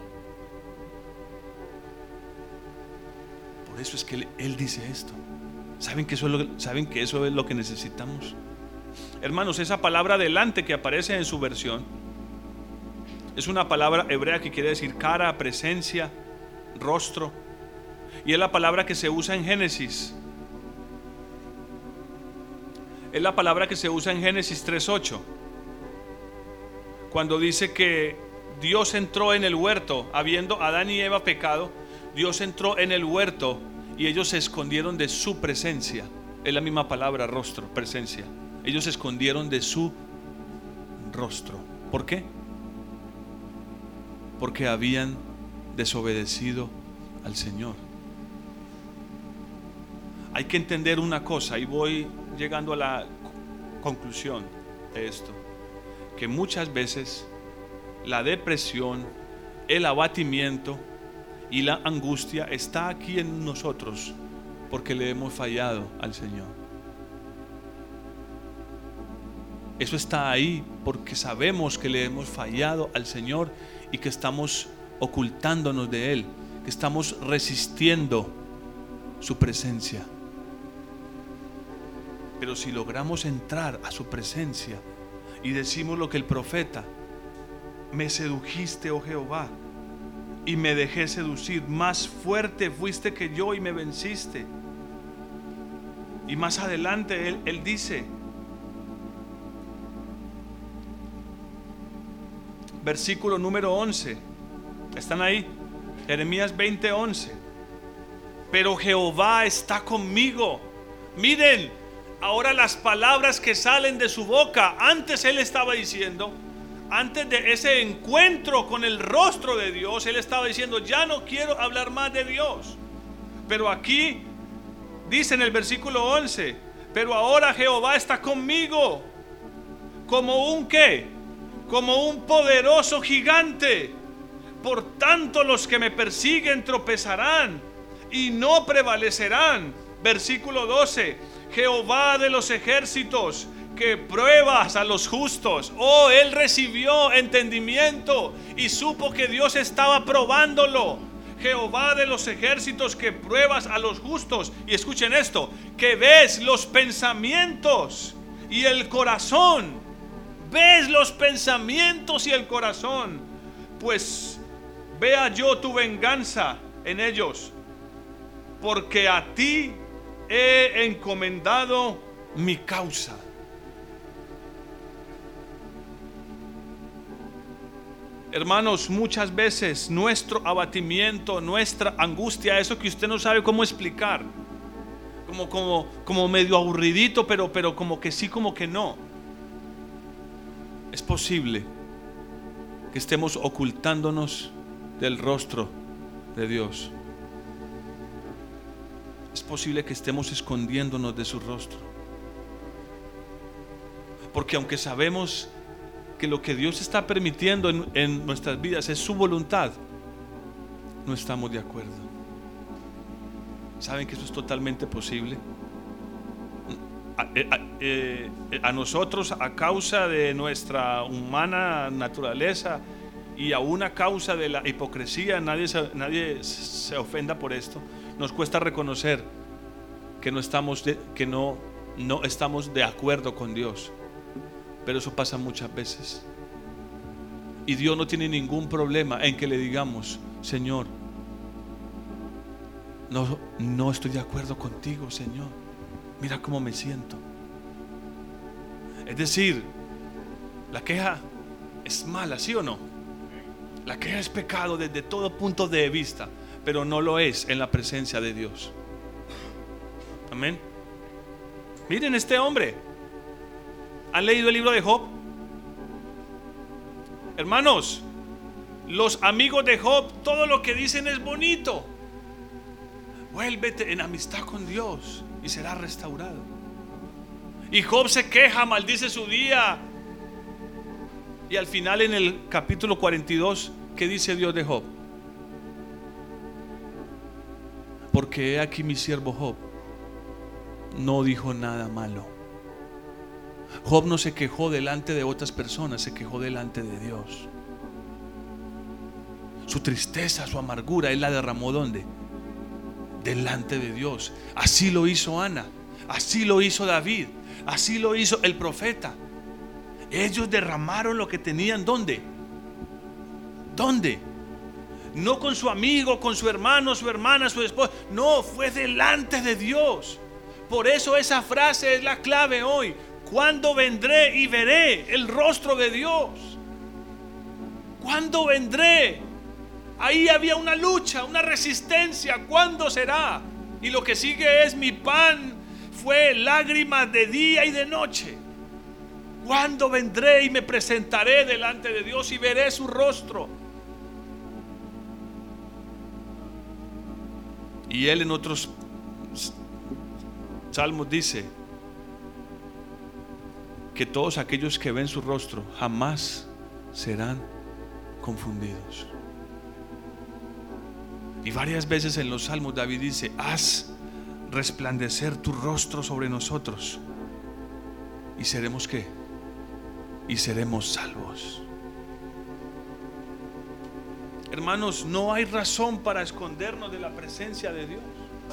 Speaker 1: Por eso es que él dice esto. ¿Saben que eso es lo que necesitamos? Hermanos, esa palabra delante que aparece en su versión es una palabra hebrea que quiere decir cara, presencia, rostro. Y es la palabra que se usa en Génesis. Es la palabra que se usa en Génesis 3:8, cuando dice que Dios entró en el huerto, habiendo Adán y Eva pecado. Dios entró en el huerto y ellos se escondieron de su presencia. Es la misma palabra, rostro, presencia. Ellos se escondieron de su rostro. ¿Por qué? Porque habían desobedecido al Señor. Hay que entender una cosa, y voy llegando a la conclusión de esto, que muchas veces la depresión, el abatimiento y la angustia está aquí en nosotros porque le hemos fallado al Señor. Eso está ahí porque sabemos que le hemos fallado al Señor y que estamos ocultándonos de Él, que estamos resistiendo su presencia. Pero si logramos entrar a su presencia y decimos lo que el profeta: me sedujiste, oh Jehová, y me dejé seducir, más fuerte fuiste que yo y me venciste. Y más adelante él dice, versículo número 11, ¿están ahí? Jeremías 20:11. Pero Jehová está conmigo. Miren, ahora las palabras que salen de su boca. Antes él estaba diciendo, antes de ese encuentro con el rostro de Dios, él estaba diciendo: ya no quiero hablar más de Dios. Pero aquí dice en el versículo 11: pero ahora Jehová está conmigo, como un ¿qué? Como un poderoso gigante. Por tanto los que me persiguen tropezarán y no prevalecerán. Versículo 12: Jehová de los ejércitos, que pruebas a los justos. Oh, él recibió entendimiento y supo que Dios estaba probándolo. Jehová de los ejércitos, que pruebas a los justos. Y escuchen esto: que ves los pensamientos y el corazón. Ves los pensamientos y el corazón. Pues vea yo tu venganza en ellos, porque a ti he encomendado mi causa. Hermanos, muchas veces nuestro abatimiento, nuestra angustia, eso que usted no sabe cómo explicar, como medio aburridito, pero como que sí, como que no, es posible que estemos ocultándonos del rostro de Dios. Es posible que estemos escondiéndonos de su rostro, porque aunque sabemos que lo que Dios está permitiendo en nuestras vidas es su voluntad, no estamos de acuerdo. ¿Saben que eso es totalmente posible? A nosotros, a causa de nuestra humana naturaleza y aún a causa de la hipocresía, nadie se ofenda por esto, nos cuesta reconocer que no estamos de acuerdo con Dios. Pero eso pasa muchas veces. Y Dios no tiene ningún problema en que le digamos: Señor, no estoy de acuerdo contigo, Señor. Mira cómo me siento. Es decir, la queja es mala, ¿sí o no? La queja es pecado desde todo punto de vista, pero no lo es en la presencia de Dios. Amén. Miren este hombre. ¿Han leído el libro de Job? Hermanos, los amigos de Job, todo lo que dicen es bonito. Vuélvete en amistad con Dios y serás restaurado. Y Job se queja, maldice su día. Y al final, en el capítulo 42, ¿qué dice Dios de Job? Porque he aquí mi siervo Job no dijo nada malo. Job no se quejó delante de otras personas, se quejó delante de Dios. Su tristeza, su amargura, él la derramó ¿dónde? Delante de Dios. Así lo hizo Ana, así lo hizo David, así lo hizo el profeta. Ellos derramaron lo que tenían ¿dónde? ¿Dónde? No con su amigo, con su hermano, su hermana, su esposa. No, fue delante de Dios. Por eso esa frase es la clave hoy. ¿Cuándo vendré y veré el rostro de Dios? ¿Cuándo vendré? Ahí había una lucha, una resistencia. ¿Cuándo será? Y lo que sigue es: mi pan fue lágrimas de día y de noche. ¿Cuándo vendré y me presentaré delante de Dios y veré su rostro? Y él en otros salmos dice que todos aquellos que ven su rostro jamás serán confundidos. Y varias veces en los salmos David dice: haz resplandecer tu rostro sobre nosotros y seremos ¿qué? Y seremos salvos. Hermanos, no hay razón para escondernos de la presencia de Dios,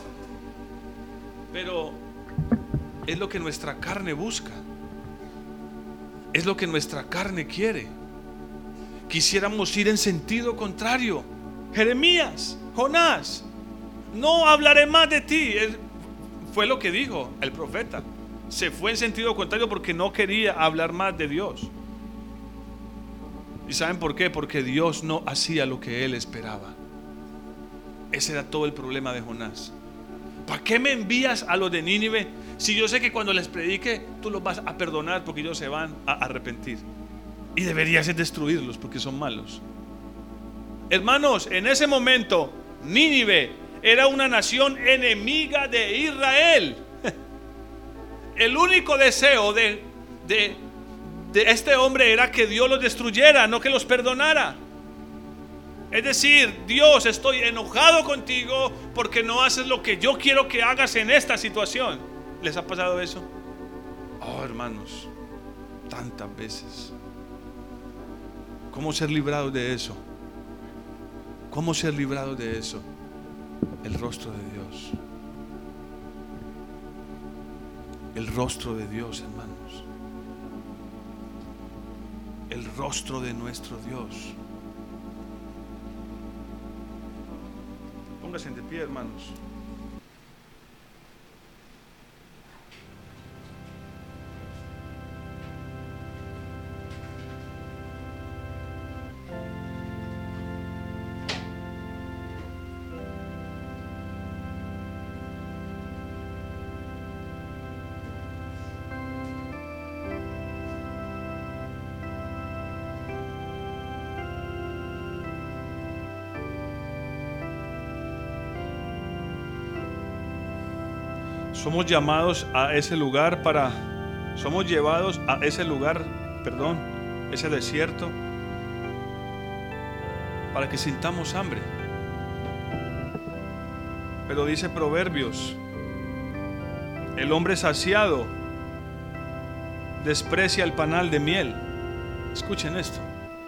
Speaker 1: pero es lo que nuestra carne busca, es lo que nuestra carne quiere. Quisiéramos ir en sentido contrario. Jeremías, Jonás: no hablaré más de ti. Fue lo que dijo el profeta. Se fue en sentido contrario porque no quería hablar más de Dios. ¿Y saben por qué? Porque Dios no hacía lo que él esperaba. Ese era todo el problema de Jonás. ¿Para qué me envías a los de Nínive si yo sé que cuando les predique tú los vas a perdonar porque ellos se van a arrepentir? Y deberías destruirlos porque son malos. Hermanos, en ese momento Nínive era una nación enemiga de Israel. El único deseo de este hombre era que Dios los destruyera, no que los perdonara. Es decir: Dios, estoy enojado contigo porque no haces lo que yo quiero que hagas en esta situación. ¿Les ha pasado eso? Oh, hermanos, tantas veces. ¿Cómo ser librados de eso? ¿Cómo ser librados de eso? El rostro de Dios. El rostro de Dios, hermanos. El rostro de nuestro Dios. Pónganse de pie, hermanos. Somos llamados a ese lugar somos llevados a ese lugar, ese desierto, para que sintamos hambre. Pero dice Proverbios: el hombre saciado desprecia el panal de miel. Escuchen esto: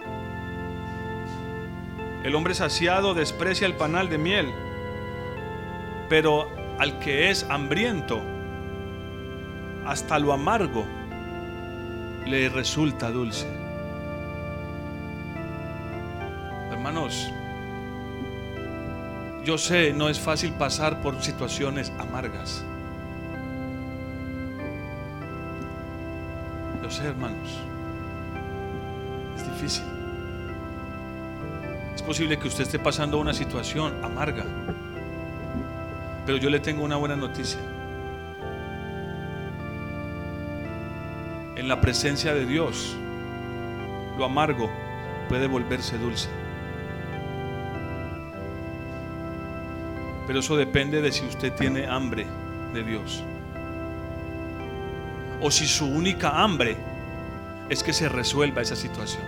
Speaker 1: el hombre saciado desprecia el panal de miel, pero al que es hambriento, hasta lo amargo le resulta dulce. Hermanos, yo sé, no es fácil pasar por situaciones amargas. Yo sé, hermanos, es difícil. Es posible que usted esté pasando una situación amarga, pero yo le tengo una buena noticia. En la presencia de Dios, lo amargo puede volverse dulce. Pero eso depende de si usted tiene hambre de Dios, o si su única hambre es que se resuelva esa situación.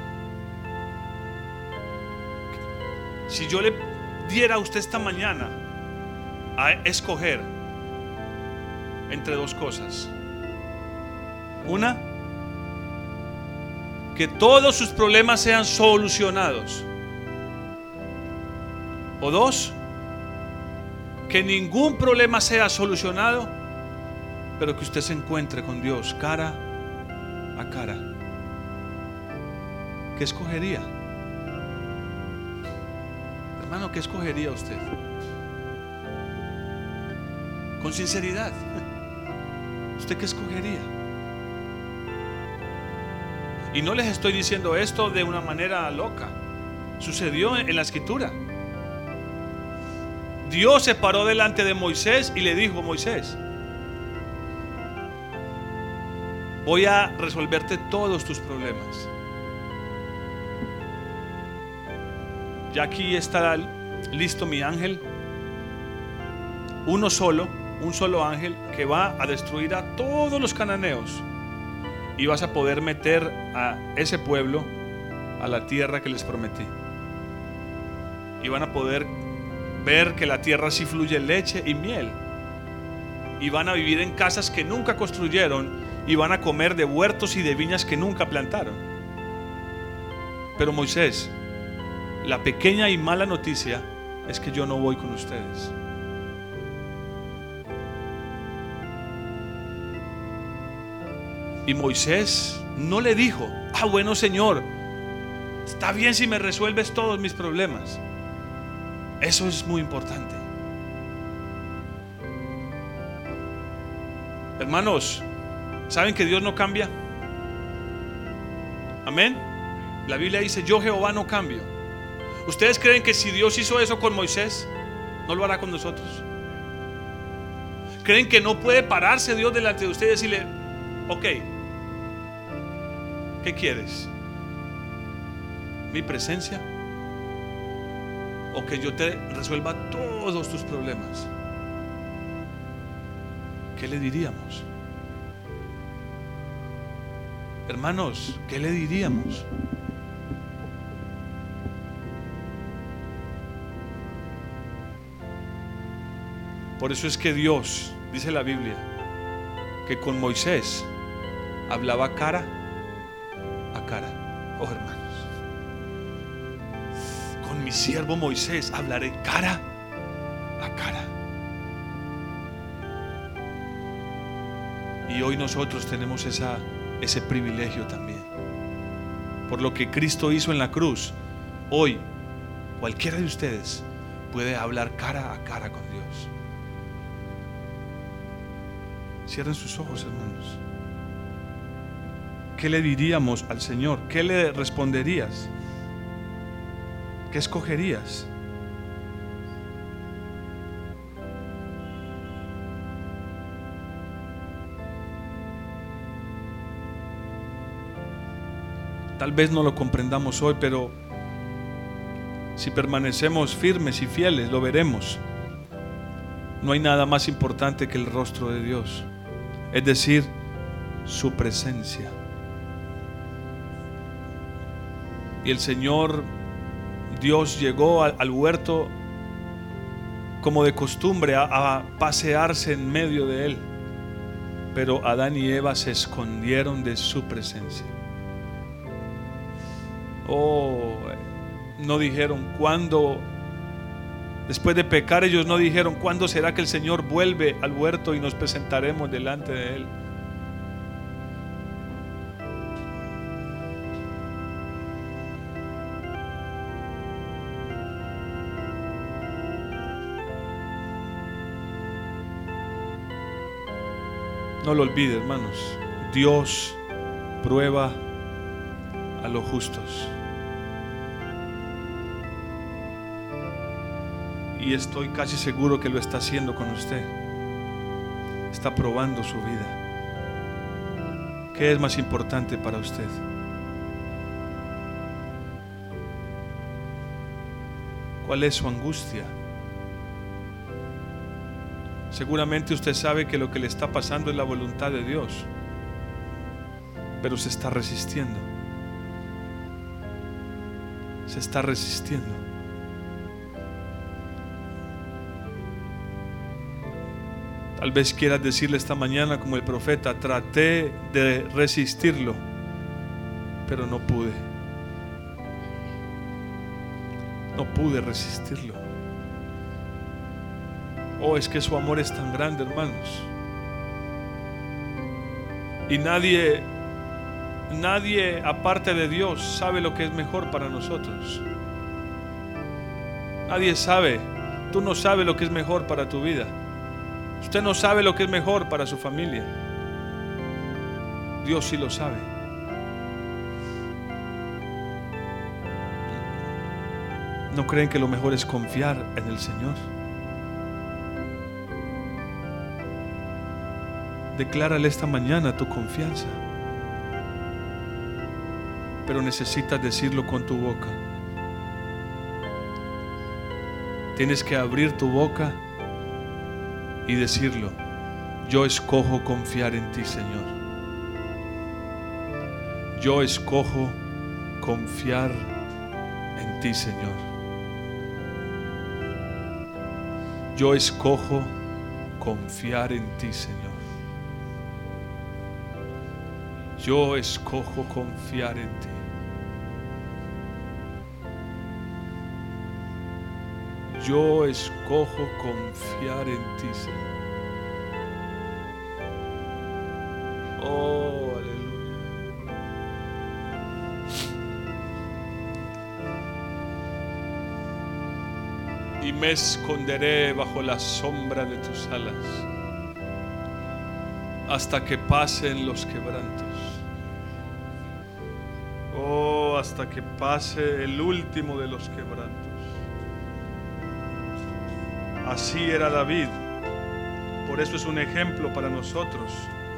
Speaker 1: Si yo le diera a usted esta mañana a escoger entre dos cosas: una, que todos sus problemas sean solucionados, o dos, que ningún problema sea solucionado, pero que usted se encuentre con Dios cara a cara, ¿qué escogería? Hermano, ¿qué escogería usted? Con sinceridad. ¿Usted qué escogería? Y no les estoy diciendo esto de una manera loca. Sucedió en la escritura. Dios se paró delante de Moisés y le dijo: Moisés, voy a resolverte todos tus problemas. Ya aquí está listo mi ángel, un solo ángel que va a destruir a todos los cananeos, y vas a poder meter a ese pueblo a la tierra que les prometí, y van a poder ver que la tierra sí fluye leche y miel, y van a vivir en casas que nunca construyeron, y van a comer de huertos y de viñas que nunca plantaron. Pero Moisés, la pequeña y mala noticia es que yo no voy con ustedes. Y Moisés no le dijo: bueno, Señor, está bien si me resuelves todos mis problemas. Eso es muy importante. Hermanos, ¿saben que Dios no cambia? Amén. La Biblia dice: yo Jehová no cambio. ¿Ustedes creen que si Dios hizo eso con Moisés, no lo hará con nosotros? ¿Creen que no puede pararse Dios delante de ustedes y decirle: ok, ¿qué quieres? ¿Mi presencia? ¿O que yo te resuelva todos tus problemas? ¿Qué le diríamos? Hermanos, ¿qué le diríamos? Por eso es que Dios, dice la Biblia, que con Moisés hablaba cara a cara. Oh, hermanos, con mi siervo Moisés hablaré cara a cara. Y hoy nosotros tenemos ese privilegio también. Por lo que Cristo hizo en la cruz, hoy cualquiera de ustedes puede hablar cara a cara con Dios. Cierren sus ojos, hermanos. ¿Qué le diríamos al Señor? ¿Qué le responderías? ¿Qué escogerías? Tal vez no lo comprendamos hoy, pero si permanecemos firmes y fieles, lo veremos. No hay nada más importante que el rostro de Dios, es decir, su presencia. Y el Señor Dios llegó al huerto como de costumbre a pasearse en medio de él, pero Adán y Eva se escondieron de su presencia. No dijeron cuándo. Después de pecar, ellos no dijeron: ¿cuándo será que el Señor vuelve al huerto y nos presentaremos delante de Él? No lo olvide, hermanos. Dios prueba a los justos. Y estoy casi seguro que lo está haciendo con usted. Está probando su vida. ¿Qué es más importante para usted? ¿Cuál es su angustia? Seguramente usted sabe que lo que le está pasando es la voluntad de Dios, pero se está resistiendo. Se está resistiendo. Tal vez quieras decirle esta mañana como el profeta: traté de resistirlo, pero no pude. No pude resistirlo. Es que su amor es tan grande, hermanos. Y nadie aparte de Dios sabe lo que es mejor para nosotros. Nadie sabe. Tú no sabes lo que es mejor para tu vida. Usted no sabe lo que es mejor para su familia. Dios sí lo sabe. ¿No creen que lo mejor es confiar en el Señor? Declárale esta mañana tu confianza, pero necesitas decirlo con tu boca. Tienes que abrir tu boca y decirlo: yo escojo confiar en ti, Señor. Yo escojo confiar en ti, Señor. Yo escojo confiar en ti, Señor. Yo escojo confiar en ti. Yo escojo confiar en ti, Señor. Oh, aleluya. Y me esconderé bajo la sombra de tus alas hasta que pasen los quebrantos. Oh, hasta que pase el último de los quebrantos. Así era David. Por eso es un ejemplo para nosotros.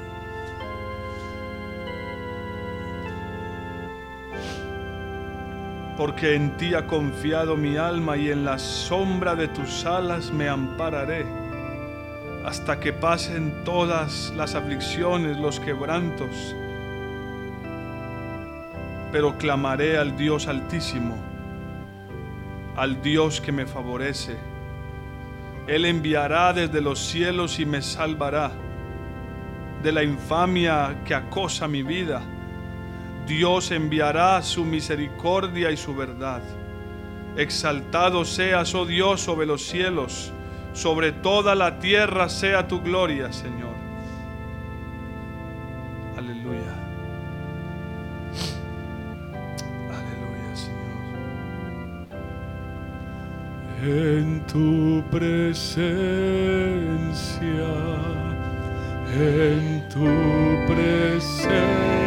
Speaker 1: Porque en ti ha confiado mi alma, y en la sombra de tus alas me ampararé, hasta que pasen todas las aflicciones, los quebrantos. Pero clamaré al Dios Altísimo, al Dios que me favorece. Él enviará desde los cielos y me salvará de la infamia que acosa mi vida. Dios enviará su misericordia y su verdad. Exaltado seas, oh Dios, sobre los cielos, sobre toda la tierra sea tu gloria, Señor. Aleluya. Aleluya, Señor. En tu presencia, en tu presencia.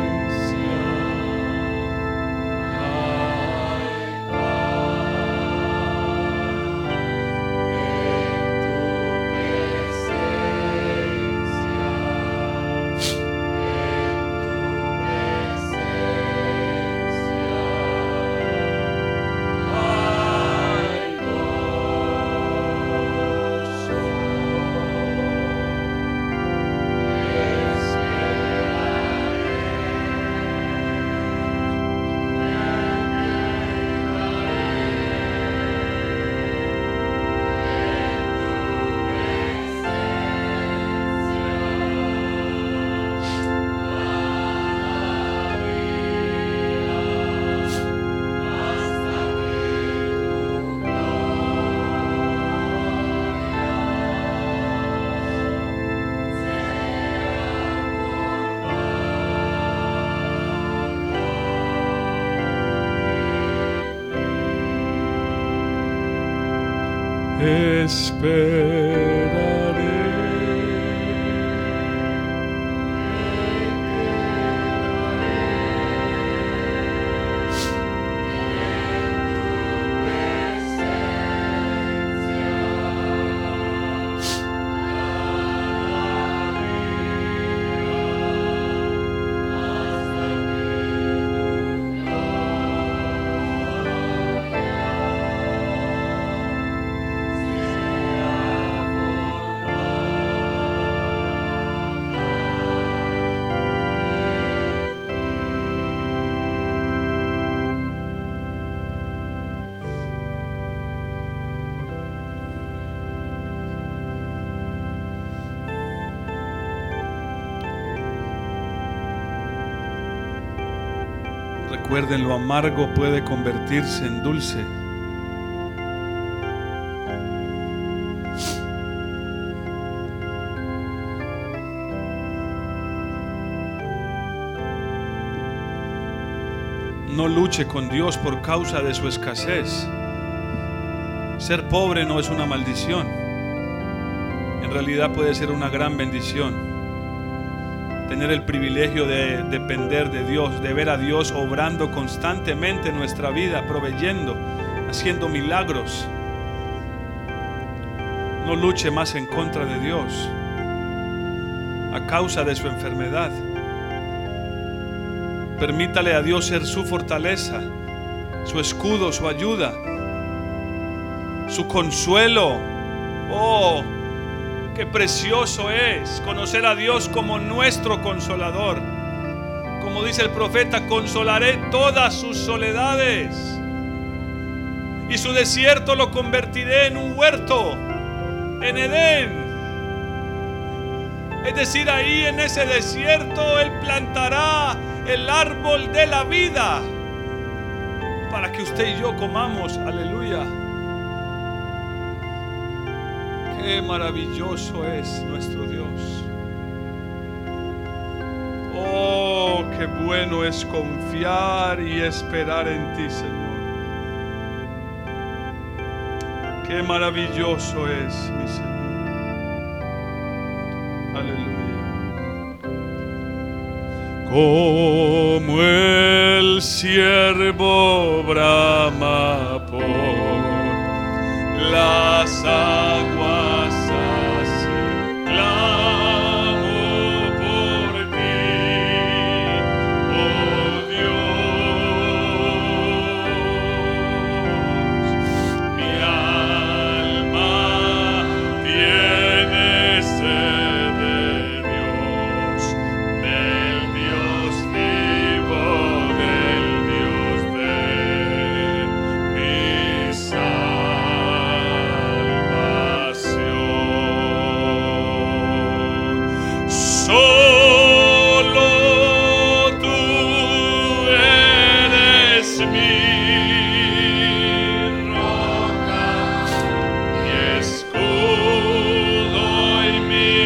Speaker 1: Recuerden, lo amargo puede convertirse en dulce. No luche con Dios por causa de su escasez. Ser pobre no es una maldición. En realidad puede ser una gran bendición. tener el privilegio de depender de Dios, de ver a Dios obrando constantemente en nuestra vida, proveyendo, haciendo milagros. No luche más en contra de Dios a causa de su enfermedad. Permítale a Dios ser su fortaleza, su escudo, su ayuda, su consuelo. Oh, qué precioso es conocer a Dios como nuestro consolador. Como dice el profeta, consolaré todas sus soledades y su desierto lo convertiré en un huerto, en Edén. Es decir, ahí en ese desierto Él plantará el árbol de la vida para que usted y yo comamos. Aleluya. Qué maravilloso es nuestro Dios. Oh, qué bueno es confiar y esperar en ti, Señor. Qué maravilloso es, mi Señor. Aleluya. Como el siervo brama por las aguas, así clamo por ti, oh Dios. Mi alma tiene sed de Dios, del Dios vivo, del Dios de mi salvación. Solo tú eres mi roca, mi escudo y mi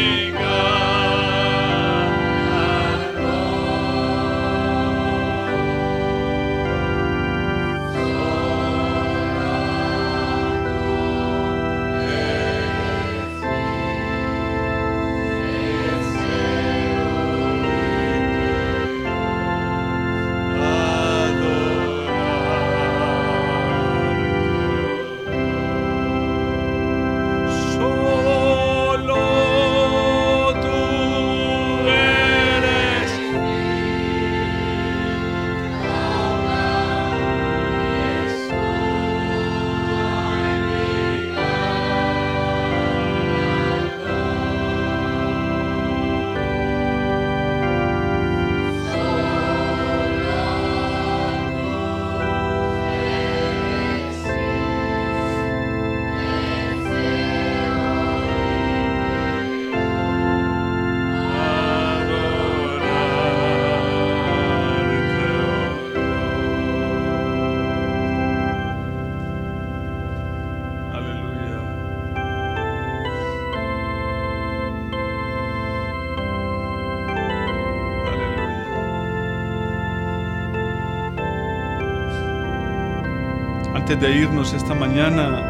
Speaker 1: Antes de irnos esta mañana,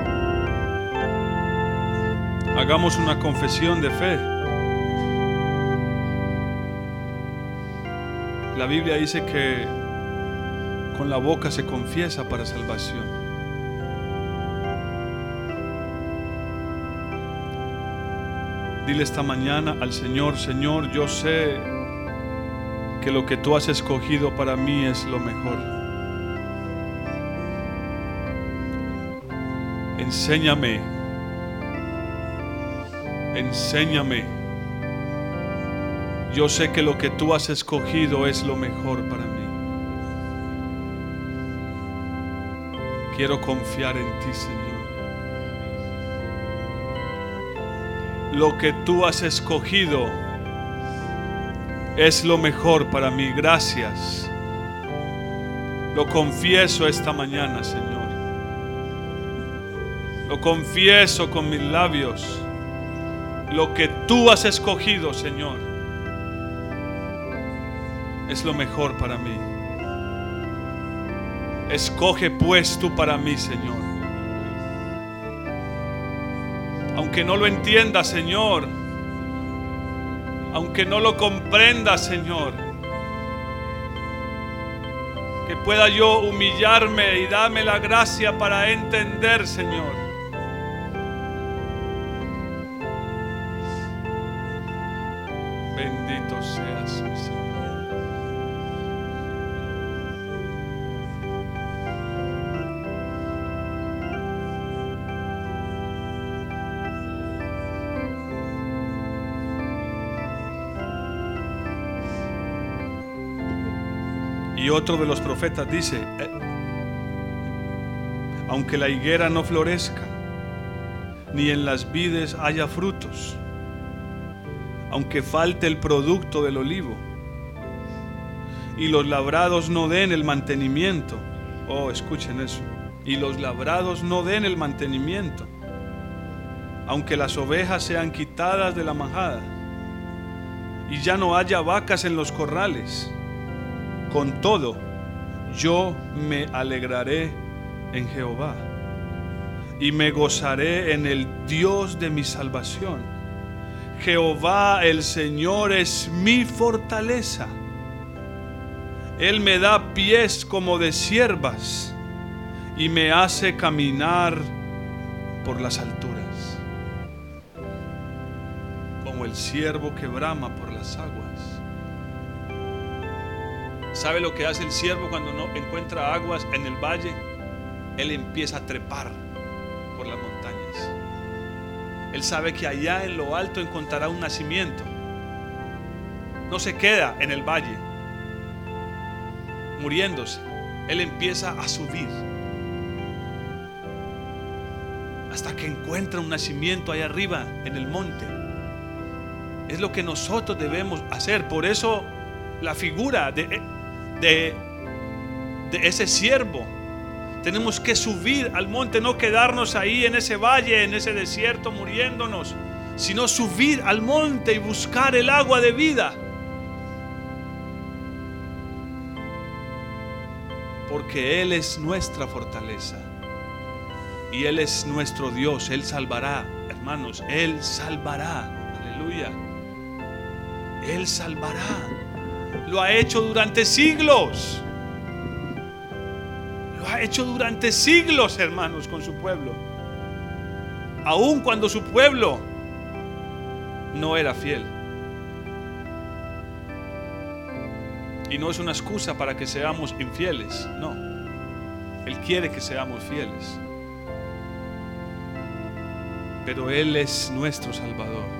Speaker 1: hagamos una confesión de fe. La Biblia dice que con la boca se confiesa para salvación. Dile esta mañana al Señor: Señor, yo sé que lo que tú has escogido para mí es lo mejor. Enséñame, enséñame. Yo sé que lo que tú has escogido es lo mejor para mí. Quiero confiar en ti, Señor. Lo que tú has escogido es lo mejor para mí. Gracias. Lo confieso esta mañana, Señor. Lo confieso con mis labios. Lo que tú has escogido, Señor, es lo mejor para mí. Escoge pues tú para mí, Señor. Aunque no lo entienda, Señor, aunque no lo comprenda, Señor, que pueda yo humillarme y darme la gracia para entender, Señor. Bendito seas, mi Señor. Y otro de los profetas dice, aunque la higuera no florezca, ni en las vides haya frutos, aunque falte el producto del olivo, y los labrados no den el mantenimiento. Oh, escuchen eso. Y los labrados no den el mantenimiento, aunque las ovejas sean quitadas de la majada, y ya no haya vacas en los corrales, con todo, yo me alegraré en Jehová y me gozaré en el Dios de mi salvación. Jehová el Señor es mi fortaleza. Él me da pies como de ciervas y me hace caminar por las alturas, como el ciervo que brama por las aguas. ¿Sabe lo que hace el ciervo cuando no encuentra aguas en el valle? Él empieza a trepar por las montañas. Él sabe que allá en lo alto encontrará un nacimiento. No se queda en el valle muriéndose. Él empieza a subir hasta que encuentra un nacimiento allá arriba en el monte. Es lo que nosotros debemos hacer. Por eso la figura de ese siervo, tenemos que subir al monte, no quedarnos ahí en ese valle, en ese desierto muriéndonos, sino subir al monte y buscar el agua de vida, porque Él es nuestra fortaleza y Él es nuestro Dios. Él salvará, hermanos, Él salvará, aleluya. Él salvará. Lo ha hecho durante siglos. Lo ha hecho durante siglos, hermanos, con su pueblo. Aun cuando su pueblo no era fiel. Y no es una excusa para que seamos infieles, no. Él quiere que seamos fieles. Pero Él es nuestro Salvador.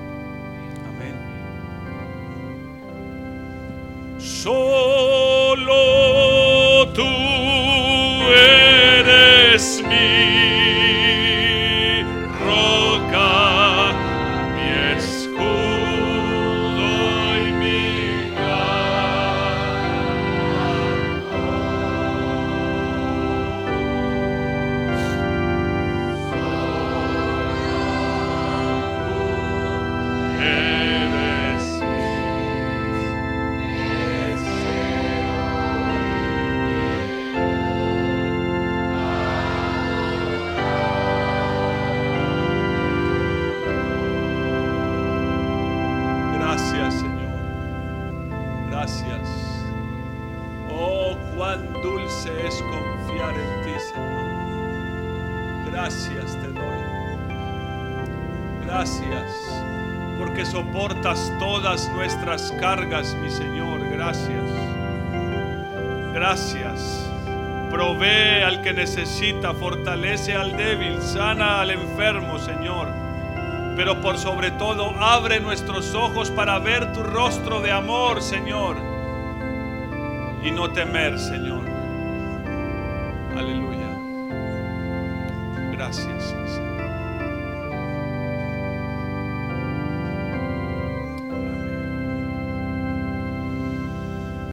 Speaker 1: Solo tú eres mi roca, mi escudo y mi Gracias te doy. Gracias porque soportas todas nuestras cargas, mi Señor. Gracias. Gracias. Provee al que necesita, fortalece al débil, sana al enfermo, Señor. Pero por sobre todo, abre nuestros ojos para ver tu rostro de amor, Señor, y no temer, Señor. Aleluya. Gracias.